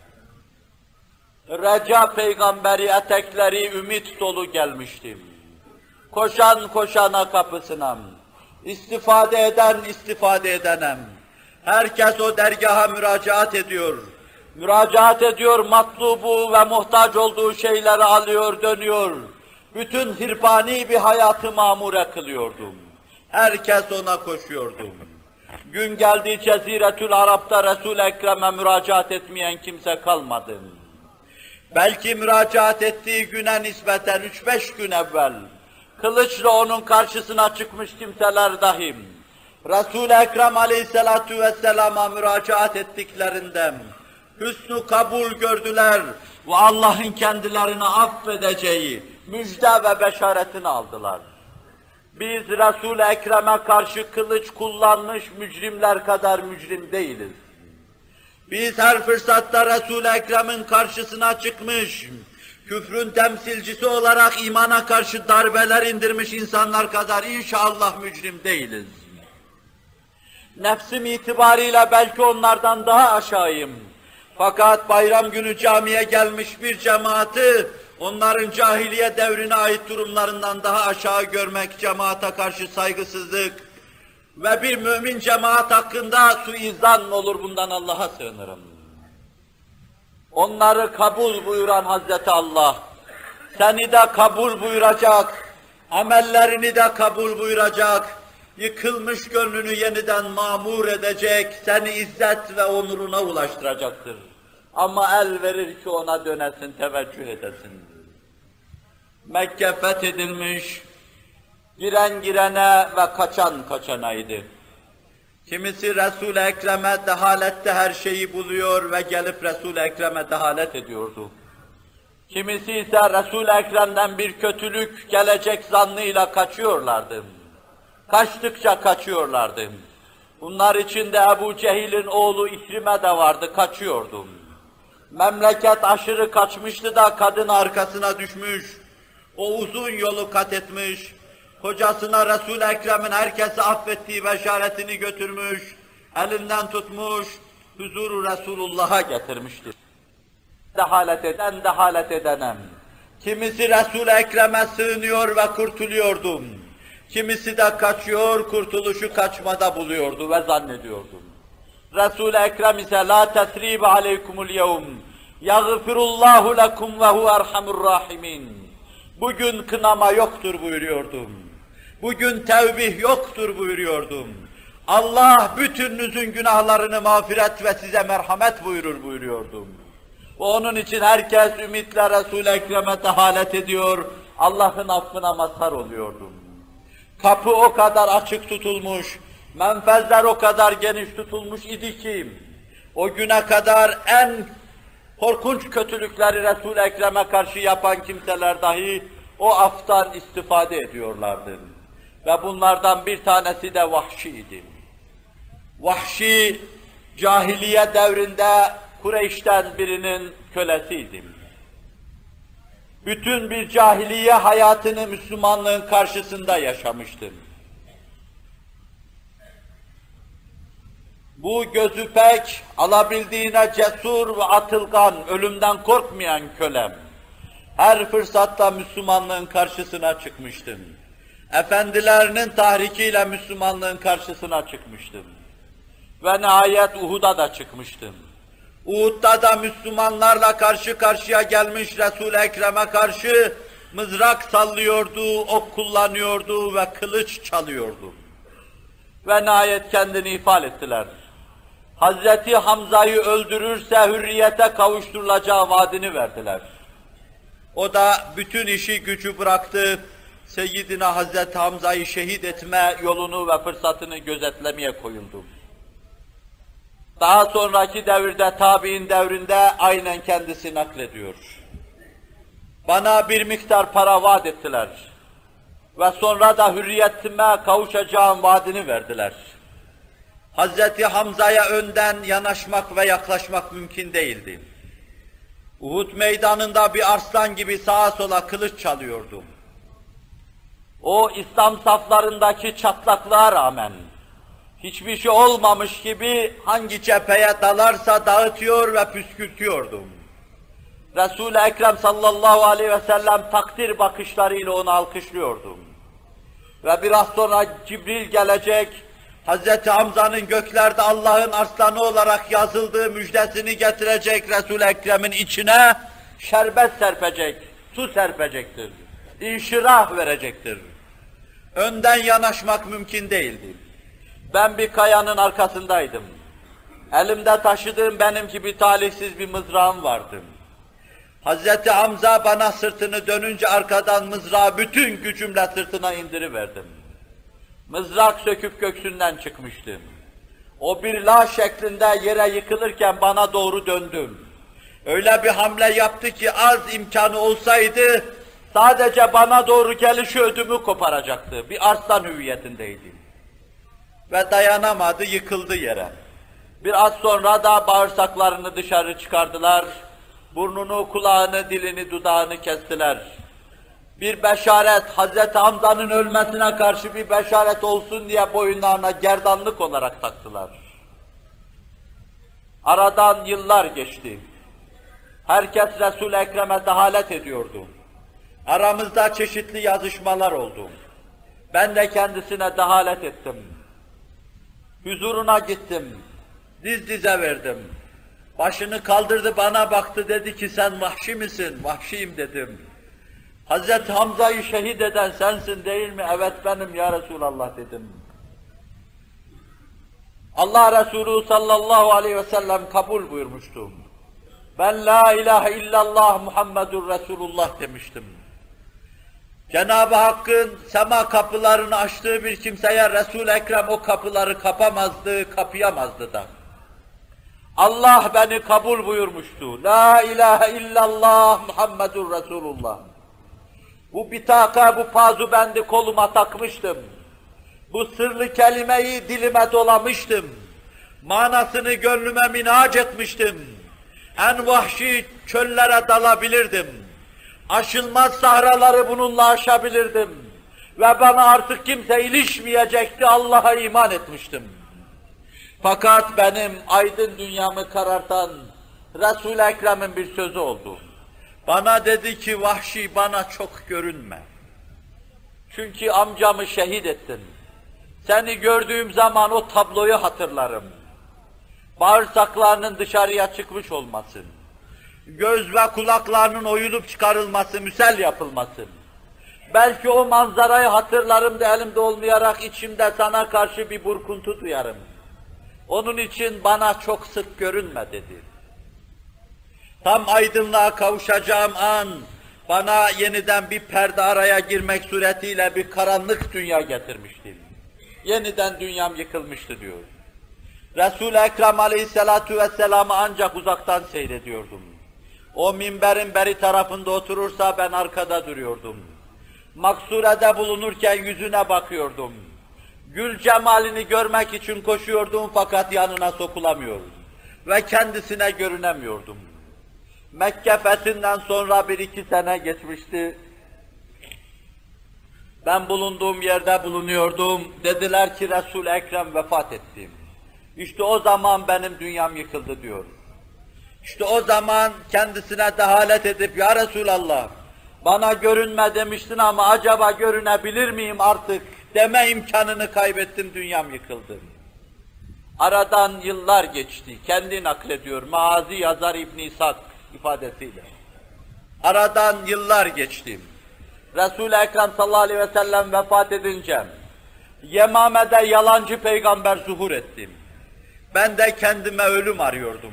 Speaker 1: Reca peygamberi etekleri ümit dolu gelmiştim. Koşan koşana kapısına, istifade eden istifade edenem. Herkes o dergaha müracaat ediyor. Müracaat ediyor, matlubu ve muhtaç olduğu şeyleri alıyor, dönüyor. Bütün hirpani bir hayatı mamure kılıyordum. Herkes ona koşuyordu. Gün geldi Ceziretül Arap'ta Resul-i Ekrem'e müracaat etmeyen kimse kalmadı. Belki müracaat ettiği güne nispeten 3-5 gün evvel, kılıçla onun karşısına çıkmış kimseler dahim, Resul-i Ekrem aleyhissalatu vesselama müracaat ettiklerinde hüsnü kabul gördüler ve Allah'ın kendilerini affedeceği müjde ve beşaretini aldılar. Biz Resul-i Ekrem'e karşı kılıç kullanmış mücrimler kadar mücrim değiliz. Biz her fırsatta Resul-i Ekrem'in karşısına çıkmış, küfrün temsilcisi olarak imana karşı darbeler indirmiş insanlar kadar inşallah mücrim değiliz. Nefsim itibariyle belki onlardan daha aşağıyım. Fakat bayram günü camiye gelmiş bir cemaati, onların cahiliye devrine ait durumlarından daha aşağı görmek, cemaate karşı saygısızlık ve bir mümin cemaat hakkında suizan olur, bundan Allah'a sığınırım. Onları kabul buyuran Hazreti Allah, seni de kabul buyuracak, amellerini de kabul buyuracak, yıkılmış gönlünü yeniden mamur edecek, seni izzet ve onuruna ulaştıracaktır. Ama el verir ki ona dönesin, teveccüh edesin. Mekke fethedilmiş, giren girene ve kaçan kaçanaydı. Kimisi Resul-i Ekrem'e dehalette her şeyi buluyor ve gelip Resul-i Ekrem'e dehalet ediyordu. Kimisi ise Resul-i Ekrem'den bir kötülük gelecek zannıyla kaçıyorlardı. Kaçtıkça kaçıyorlardı. Bunlar içinde Ebu Cehil'in oğlu İkrime de vardı, kaçıyordu. Memleket aşırı kaçmıştı da kadın arkasına düşmüş, o uzun yolu kat etmiş, kocasına Resul-i Ekrem'in herkesi affettiği beşaretini götürmüş, elinden tutmuş, huzuru Resulullah'a getirmiştir. Dehalet edenem. Kimisi Resul-i Ekrem'e sığınıyor ve kurtuluyordum. Kimisi de kaçıyor, kurtuluşu kaçmada buluyordu ve zannediyordu. Resul-i Ekrem ise la tesribe aleykumul yevm yaghfirullahu lekum ve huve erhamur rahimin. Bugün kınama yoktur buyuruyordum. Bugün tevbih yoktur buyuruyordum. Allah bütününüzün günahlarını mağfiret ve size merhamet buyurur buyuruyordum. Onun için herkes ümitle Resul-i Ekrem'e dehalet ediyor, Allah'ın affına mazhar oluyordum. Kapı o kadar açık tutulmuş, menfezler o kadar geniş tutulmuş idi ki, o güne kadar en korkunç kötülükleri Resul-i Ekrem'e karşı yapan kimseler dahi o aftan istifade ediyorlardı. Ve bunlardan bir tanesi de Vahşi'ydi. Vahşi, cahiliye devrinde Kureyş'ten birinin kölesiydi. Bütün bir cahiliye hayatını Müslümanlığın karşısında yaşamıştı. Bu gözü pek, alabildiğine cesur ve atılgan, ölümden korkmayan kölem, her fırsatta Müslümanlığın karşısına çıkmıştım. Efendilerinin tahrikiyle Müslümanlığın karşısına çıkmıştım. Ve nihayet Uhud'a da çıkmıştım. Uhud'da da Müslümanlarla karşı karşıya gelmiş Resul-i Ekrem'e karşı mızrak sallıyordu, ok kullanıyordu ve kılıç çalıyordu. Ve nihayet kendini ifade ettiler. Hazreti Hamza'yı öldürürse hürriyete kavuşturulacağı vaadini verdiler. O da bütün işi gücü bıraktı, Seyyidina Hazreti Hamza'yı şehit etme yolunu ve fırsatını gözetlemeye koyuldu. Daha sonraki devirde, tabi'in devrinde aynen kendisi naklediyor. Bana bir miktar para vaat ettiler ve sonra da hürriyetime kavuşacağım vaadini verdiler. Hazreti Hamza'ya önden yanaşmak ve yaklaşmak mümkün değildi. Uhud meydanında bir arslan gibi sağa sola kılıç çalıyordu. O İslam saflarındaki çatlaklığa rağmen hiçbir şey olmamış gibi hangi cepheye dalarsa dağıtıyor ve püskürtüyordum. Resul-i Ekrem sallallahu aleyhi ve sellem takdir bakışlarıyla onu alkışlıyordum. Ve biraz sonra Cibril gelecek, Hazreti Hamza'nın göklerde Allah'ın arslanı olarak yazıldığı müjdesini getirecek, Resul-i Ekrem'in içine şerbet serpecek, su serpecektir, inşirah verecektir. Önden yanaşmak mümkün değildi. Ben bir kayanın arkasındaydım. Elimde taşıdığım benim gibi talihsiz bir mızrağım vardı. Hazreti Hamza bana sırtını dönünce arkadan mızrağı bütün gücümle sırtına indiriverdim. Mızrak söküp göksünden çıkmıştı. O bir la şeklinde yere yıkılırken bana doğru döndüm. Öyle bir hamle yaptı ki az imkanı olsaydı sadece bana doğru gelişi ödümü koparacaktı. Bir arslan hüviyetindeydi. Ve dayanamadı, yıkıldı yere. Biraz sonra da bağırsaklarını dışarı çıkardılar. Burnunu, kulağını, dilini, dudağını kestiler. Bir beşaret, Hazreti Hamza'nın ölmesine karşı bir beşaret olsun diye boyunlarına gerdanlık olarak taktılar. Aradan yıllar geçti. Herkes Resul-i Ekrem'e dehalet ediyordu. Aramızda çeşitli yazışmalar oldu. Ben de kendisine dehalet ettim. Huzuruna gittim. Diz dize verdim. Başını kaldırdı, bana baktı, dedi ki sen vahşi misin? Vahşiyim dedim. Hazreti Hamza'yı şehit eden sensin değil mi? Evet benim ya Resulallah dedim. Allah Resulü sallallahu aleyhi ve sellem kabul buyurmuştu. Ben la ilahe illallah Muhammedur Resulullah demiştim. Cenab-ı Hakk'ın sema kapılarını açtığı bir kimseye Resul-i Ekrem o kapıları kapamazdı, kapayamazdı da. Allah beni kabul buyurmuştu. La ilahe illallah Muhammedur Resulullah. Bu bitaka, bu pazubendi koluma takmıştım. Bu sırlı kelimeyi dilime dolamıştım. Manasını gönlüme minhac etmiştim. En vahşi çöllere dalabilirdim. Aşılmaz sahraları bununla aşabilirdim. Ve bana artık kimse ilişmeyecekti, Allah'a iman etmiştim. Fakat benim aydın dünyamı karartan Resul-i Ekrem'in bir sözü oldu. Bana dedi ki, vahşi bana çok görünme. Çünkü amcamı şehit ettin. Seni gördüğüm zaman o tabloyu hatırlarım. Bağırsaklarının dışarıya çıkmış olmasın. Göz ve kulaklarının oyulup çıkarılması, müsel yapılmasın. Belki o manzarayı hatırlarım da elimde olmayarak içimde sana karşı bir burkuntu duyarım. Onun için bana çok sık görünme dedi. Tam aydınlığa kavuşacağım an, bana yeniden bir perde araya girmek suretiyle bir karanlık dünya getirmişti. Yeniden dünyam yıkılmıştı diyor. Resul-i Ekrem aleyhissalatu vesselam'ı ancak uzaktan seyrediyordum. O minberin beri tarafında oturursa ben arkada duruyordum. Maksurede bulunurken yüzüne bakıyordum. Gül cemalini görmek için koşuyordum fakat yanına sokulamıyordum. Ve kendisine görünemiyordum. Mekke fethinden sonra 1-2 sene geçmişti. Ben bulunduğum yerde bulunuyordum. Dediler ki Resul-i Ekrem vefat etti. İşte o zaman benim dünyam yıkıldı diyor. İşte o zaman kendisine dehalet edip ya Resulallah bana görünme demiştin ama acaba görünebilir miyim artık deme imkanını kaybettim, dünyam yıkıldı. Aradan yıllar geçti. Kendi naklediyor. Maazi yazar İbn İshak ifadesiyle. Aradan yıllar geçti. Resul-i Ekrem sallallahu aleyhi ve sellem vefat edince Yemame'de yalancı peygamber zuhur etti. Ben de kendime ölüm arıyordum.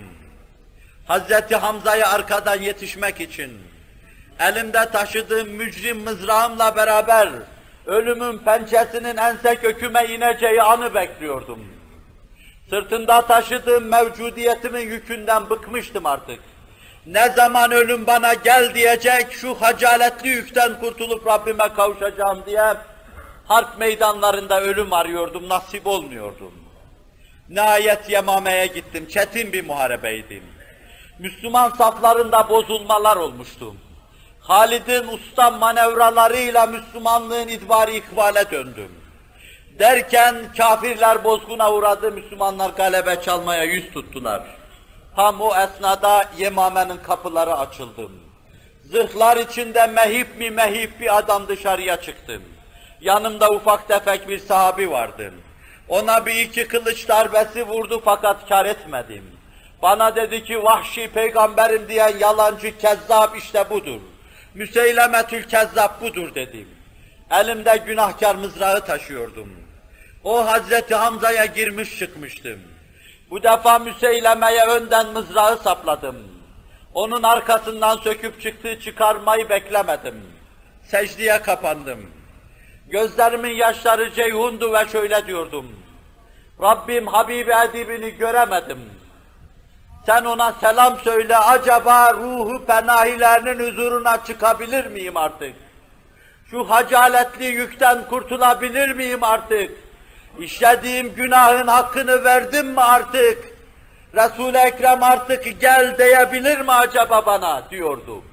Speaker 1: Hazreti Hamza'ya arkadan yetişmek için elimde taşıdığım mücrim mızrağımla beraber ölümün pençesinin ense köküme ineceği anı bekliyordum. Sırtında taşıdığım mevcudiyetimin yükünden bıkmıştım artık. Ne zaman ölüm bana gel diyecek, şu hacaletli yükten kurtulup Rabbime kavuşacağım diye harp meydanlarında ölüm arıyordum, nasip olmuyordum. Nihayet Yemame'ye gittim, çetin bir muharebeydi. Müslüman saflarında bozulmalar olmuştu. Halid'in usta manevralarıyla Müslümanlığın idvarı ikbale döndü. Derken kafirler bozguna uğradı, Müslümanlar galebe çalmaya yüz tuttular. Tam o esnada Yemame'nin kapıları açıldı. Zırhlar içinde mehip mi mehip bir adam dışarıya çıktı. Yanımda ufak tefek bir sahabi vardı. Ona 1-2 kılıç darbesi vurdu fakat kar etmedim. Bana dedi ki vahşi peygamberim diyen yalancı kezzap işte budur. Müseylemetül kezzap budur dedim. Elimde günahkar mızrağı taşıyordum. O Hazreti Hamza'ya girmiş çıkmıştım. Bu defa Müseyleme'ye önden mızrağı sapladım. Onun arkasından söküp çıktığı çıkarmayı beklemedim. Secdeye kapandım. Gözlerimin yaşları ceyhundu ve şöyle diyordum. Rabbim Habibi edibini göremedim. Sen ona selam söyle, acaba ruhu penahilerinin huzuruna çıkabilir miyim artık? Şu hacaletli yükten kurtulabilir miyim artık? İşlediğim günahın hakkını verdim mi artık? Resul-i Ekrem artık gel diyebilir mi acaba bana diyordu.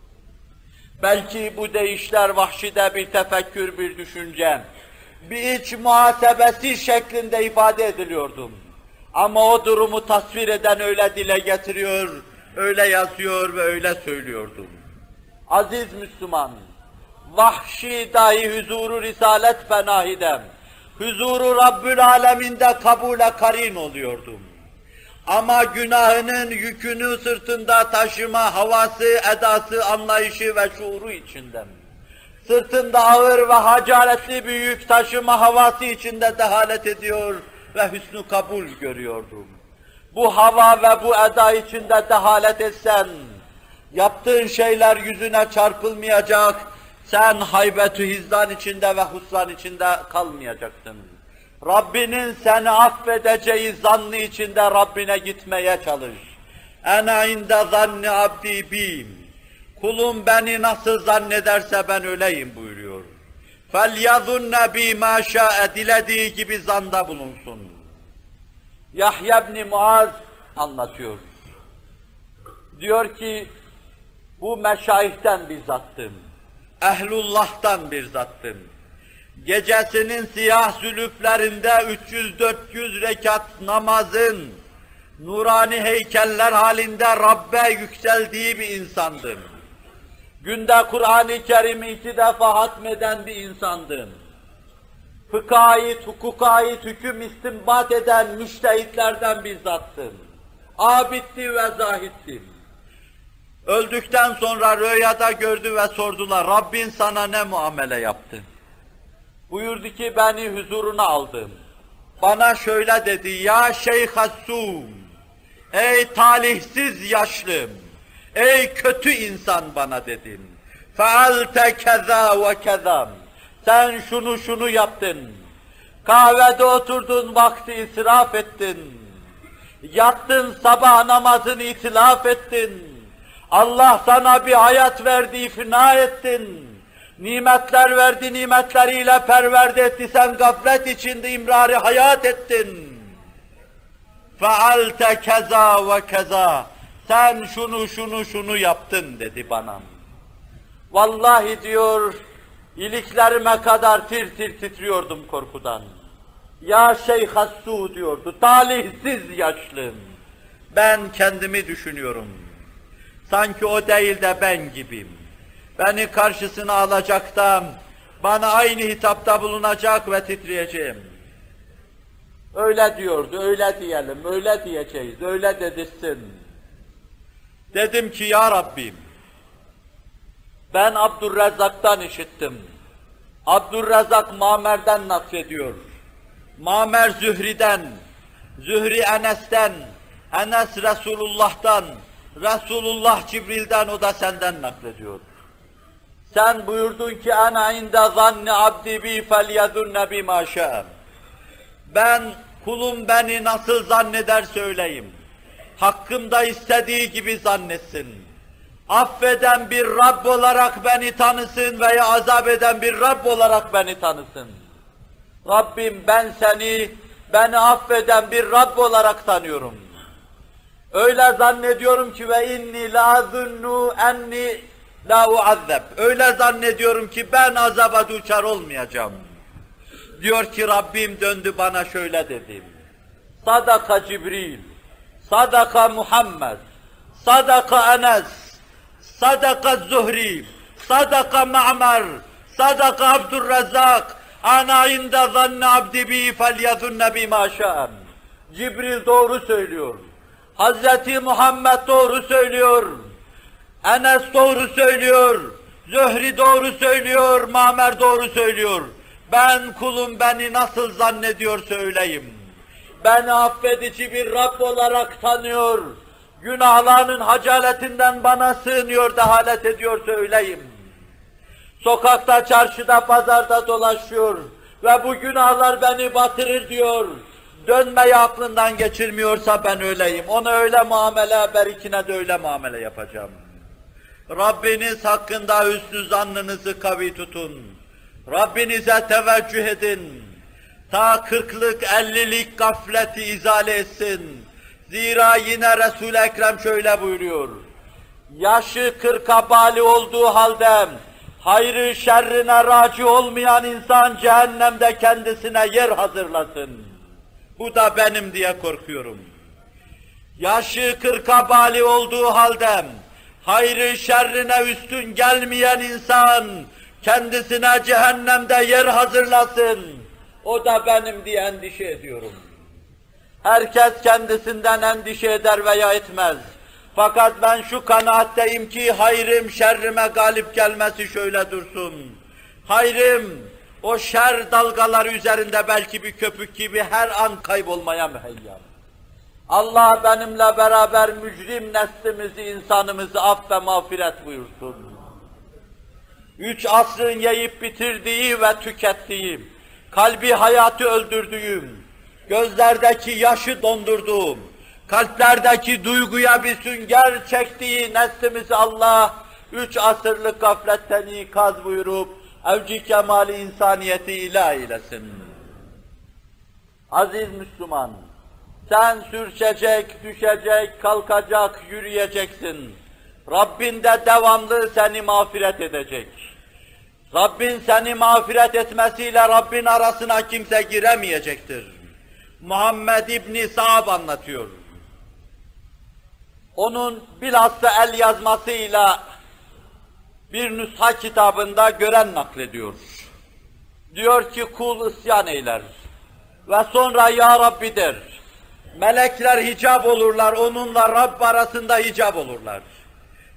Speaker 1: Belki bu deyişler vahşide bir tefekkür, bir düşünce, bir iç muhasebesi şeklinde ifade ediliyordum. Ama o durumu tasvir eden öyle dile getiriyor, öyle yazıyor ve öyle söylüyordum. Aziz Müslüman, vahşi dahi huzuru Risalet Penahi'de, huzuru Rabbül Aleminde kabule karin oluyordum. Ama günahının yükünü sırtında taşıma havası, edası, anlayışı ve şuuru içinden, sırtında ağır ve hacaletli bir yük taşıma havası içinde dehalet ediyor ve hüsnü kabul görüyordum. Bu hava ve bu eda içinde dehalet etsen, yaptığın şeyler yüzüne çarpılmayacak, sen haybet-ü hizdan içinde ve husran içinde kalmayacaksın. Rabbinin seni affedeceği zannı içinde Rabbine gitmeye çalış. Ene inde zanni abdi bim. Kulum beni nasıl zannederse ben öyleyim buyuruyor. فَلْيَظُنَّ بِمَا شَاءَ dilediği gibi zanda bulunsun. Yahya ibn Muaz anlatıyor. Diyor ki, bu meşayihten bir zattım. Ehlullah'tan bir zattım. Gecesinin siyah zülüflerinde 300-400 rekat namazın nurani heykeller halinde Rabbe yükseldiği bir insandım. Günde Kur'an-ı Kerim'i 2 defa hatmeden bir insandım. Fıkha ait, hukuka ait hüküm istinbat eden müştehitlerden bir zattım. Abiddi ve zahittim. Öldükten sonra rüyada gördü ve sordular, Rabbin sana ne muamele yaptı? Buyurdu ki beni huzuruna aldım. Bana şöyle dedi, ya Şeyh-Hassûm, ey talihsiz yaşlım, ey kötü insan bana dedim. Fealte keza ve kezam. Sen şunu yaptın. Kahvede oturdun, vakti israf ettin. Yattın, sabah namazını itilaf ettin. Allah sana bir hayat verdi, ifna ettin. Nimetler verdi, nimetleriyle perverde etti. Sen gaflet içinde imrarı hayat ettin. Fealte keza ve keza. Sen şunu yaptın dedi bana. Vallahi diyor, iliklerime kadar tir tir titriyordum korkudan. Ya Şeyh-Hassû diyordu, talihsiz yaşlım. Ben kendimi düşünüyorum. Sanki o değil de ben gibiyim. Beni karşısına alacak da bana aynı hitapta bulunacak ve titreyeceğim. Öyle diyordu, öyle diyelim, öyle diyeceğiz, öyle dedirsin. Dedim ki ya Rabbim, ben Abdurrezzak'tan işittim. Abdurrezzak Mâmer'den naklediyor. Mâmer Zühri'den, Zühri Enes'ten, Enes Resulullah'tan, Resulullah Cibril'den, o da senden naklediyor. Sen buyurdun ki ana inde zanni abdi bi felyezunne bima şa'em. Ben kulum beni nasıl zanneder söyleyeyim. Hakkımda istediği gibi zannetsin. Affeden bir Rabb olarak beni tanısın veya azap eden bir Rabb olarak beni tanısın. Rabbim ben seni, beni affeden bir Rabb olarak tanıyorum. Öyle zannediyorum ki ve inni la zunnu enni la uazzeb. Öyle zannediyorum ki ben azaba duçar olmayacağım. Diyor ki Rabbim döndü bana şöyle dedi. Sadaka Cibril, sadaka Muhammed, sadaka Enes, sadaka Zuhri, sadaka Ma'mer, sadaka Abdurrezzak, ana inde zanne abdi bi felyezunne bima şa'em. Cibril doğru söylüyor. Hazreti Muhammed doğru söylüyor. Enes doğru söylüyor. Zuhri doğru söylüyor. Ma'mer doğru söylüyor. Ben kulum beni nasıl zannediyor söyleyeyim. Beni affedici bir Rabb olarak tanıyor. Günahlarının hacaletinden bana sığınıyor, dehalet ediyor söyleyeyim. Sokakta, çarşıda, pazarda dolaşıyor ve bu günahlar beni batırır diyor. Dönmeyi aklından geçirmiyorsa ben öyleyim. Ona öyle muamele, berikine de öyle muamele yapacağım. Rabbiniz hakkında hüsnü zannınızı kavi tutun. Rabbinize teveccüh edin. Ta 40'lık, 50'lik gafleti izale etsin. Zira yine Resul-i Ekrem şöyle buyuruyor. Yaşı 40'a bali olduğu halde hayrı şerrine raci olmayan insan cehennemde kendisine yer hazırlasın. Bu da benim diye korkuyorum. Yaşı 40'a bali olduğu halde hayrı şerrine üstün gelmeyen insan kendisine cehennemde yer hazırlasın. O da benim diye endişe ediyorum. Herkes kendisinden endişe eder veya etmez. Fakat ben şu kanaatteyim ki hayrım şerrime galip gelmesi şöyle dursun. Hayrım o şer dalgaları üzerinde belki bir köpük gibi her an kaybolmaya müheyyan. Allah benimle beraber mücrim neslimizi, insanımızı aff ve mağfiret buyursun. 3 asrın yiyip bitirdiği ve tükettiği, kalbi hayatı öldürdüğüm, gözlerdeki yaşı dondurduğum, kalplerdeki duyguya bir sünger çektiği neslimizi Allah 3 asırlık gafletten ikaz buyurup evci kemali insaniyeti ilah eylesin. Aziz Müslüman, sen sürçecek, düşecek, kalkacak, yürüyeceksin. Rabbin de devamlı seni mağfiret edecek. Rabbin seni mağfiret etmesiyle Rabbin arasına kimse giremeyecektir. Muhammed İbni Sa'b anlatıyor. Onun bilhassa el yazmasıyla bir nüsha kitabında gören naklediyor. Diyor ki kul isyan eyler ve sonra ya Rabbi der. Melekler hicap olurlar, onunla Rabb arasında hicap olurlar.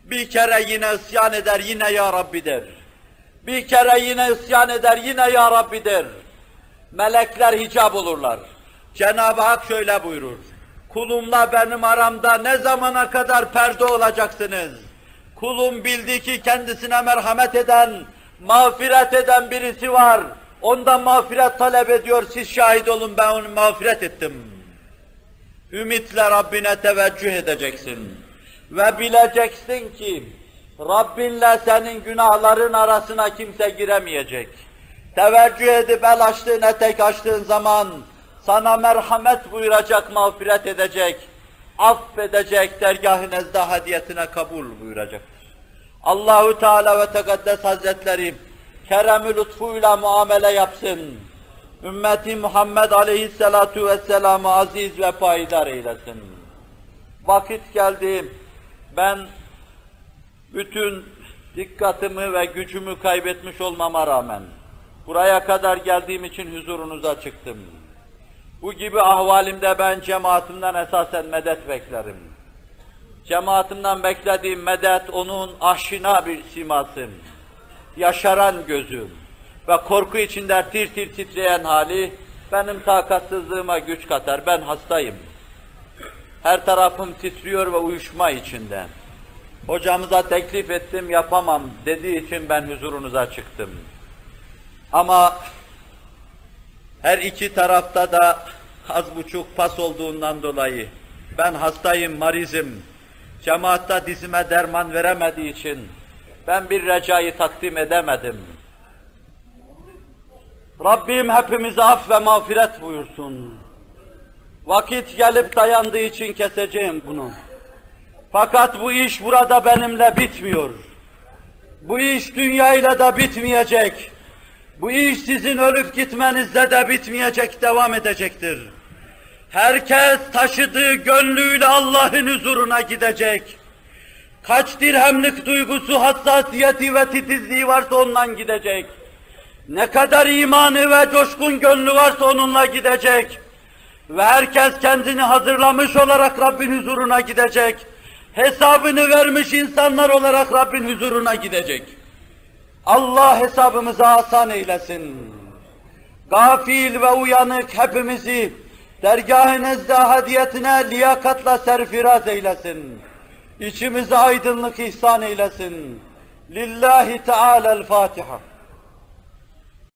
Speaker 1: Bir kere yine isyan eder, yine ya Rabbi der. Bir kere yine isyan eder, yine ya Rabbi der. Melekler hicap olurlar. Cenab-ı Hak şöyle buyurur. Kulumla benim aramda ne zamana kadar perde olacaksınız? Kulum bildi ki kendisine merhamet eden, mağfiret eden birisi var. Ondan mağfiret talep ediyor, siz şahit olun, ben onu mağfiret ettim. Ümitle Rabbine teveccüh edeceksin. Ve bileceksin ki, Rabbinle senin günahların arasına kimse giremeyecek. Teveccüh edip el açtığın, etek açtığın zaman, sana merhamet buyuracak, mağfiret edecek, affedecek, dergâh-ı nezdâ hadiyetine kabul buyuracaktır. Allahu Teala ve Tekaddes Hazretleri, kerem-i lütfuyla muamele yapsın. Ümmeti Muhammed aleyhissalatu vesselam'ı aziz ve payidar eylesin. Vakit geldi, ben bütün dikkatimi ve gücümü kaybetmiş olmama rağmen, buraya kadar geldiğim için huzurunuza çıktım. Bu gibi ahvalimde ben cemaatimden esasen medet beklerim. Cemaatimden beklediğim medet, onun aşina bir siması, yaşaran gözüm ve korku içinde tir tir titreyen hali, benim takatsızlığıma güç katar, ben hastayım. Her tarafım titriyor ve uyuşma içinde. Hocamıza teklif ettim, yapamam dediği için ben huzurunuza çıktım. Ama her iki tarafta da az buçuk pas olduğundan dolayı, ben hastayım, marizim, cemaatta dizime derman veremediği için ben bir recayı takdim edemedim. Rabbim hepimize af ve mağfiret buyursun. Vakit gelip dayandığı için keseceğim bunu. Fakat bu iş burada benimle bitmiyor. Bu iş dünyayla da bitmeyecek. Bu iş sizin ölüp gitmenizle de bitmeyecek, devam edecektir. Herkes taşıdığı gönlüyle Allah'ın huzuruna gidecek. Kaç dirhemlik duygusu, hassasiyeti ve titizliği varsa ondan gidecek. Ne kadar imanı ve coşkun gönlü varsa onunla gidecek. Ve herkes kendini hazırlamış olarak Rabbin huzuruna gidecek. Hesabını vermiş insanlar olarak Rabbin huzuruna gidecek. Allah hesabımızı asan eylesin. Gafil ve uyanık hepimizi dergâh-ı nezdâ hadiyetine liyakatla serfiraz eylesin. İçimize aydınlık ihsan eylesin. Lillahi Teala'l-Fatiha.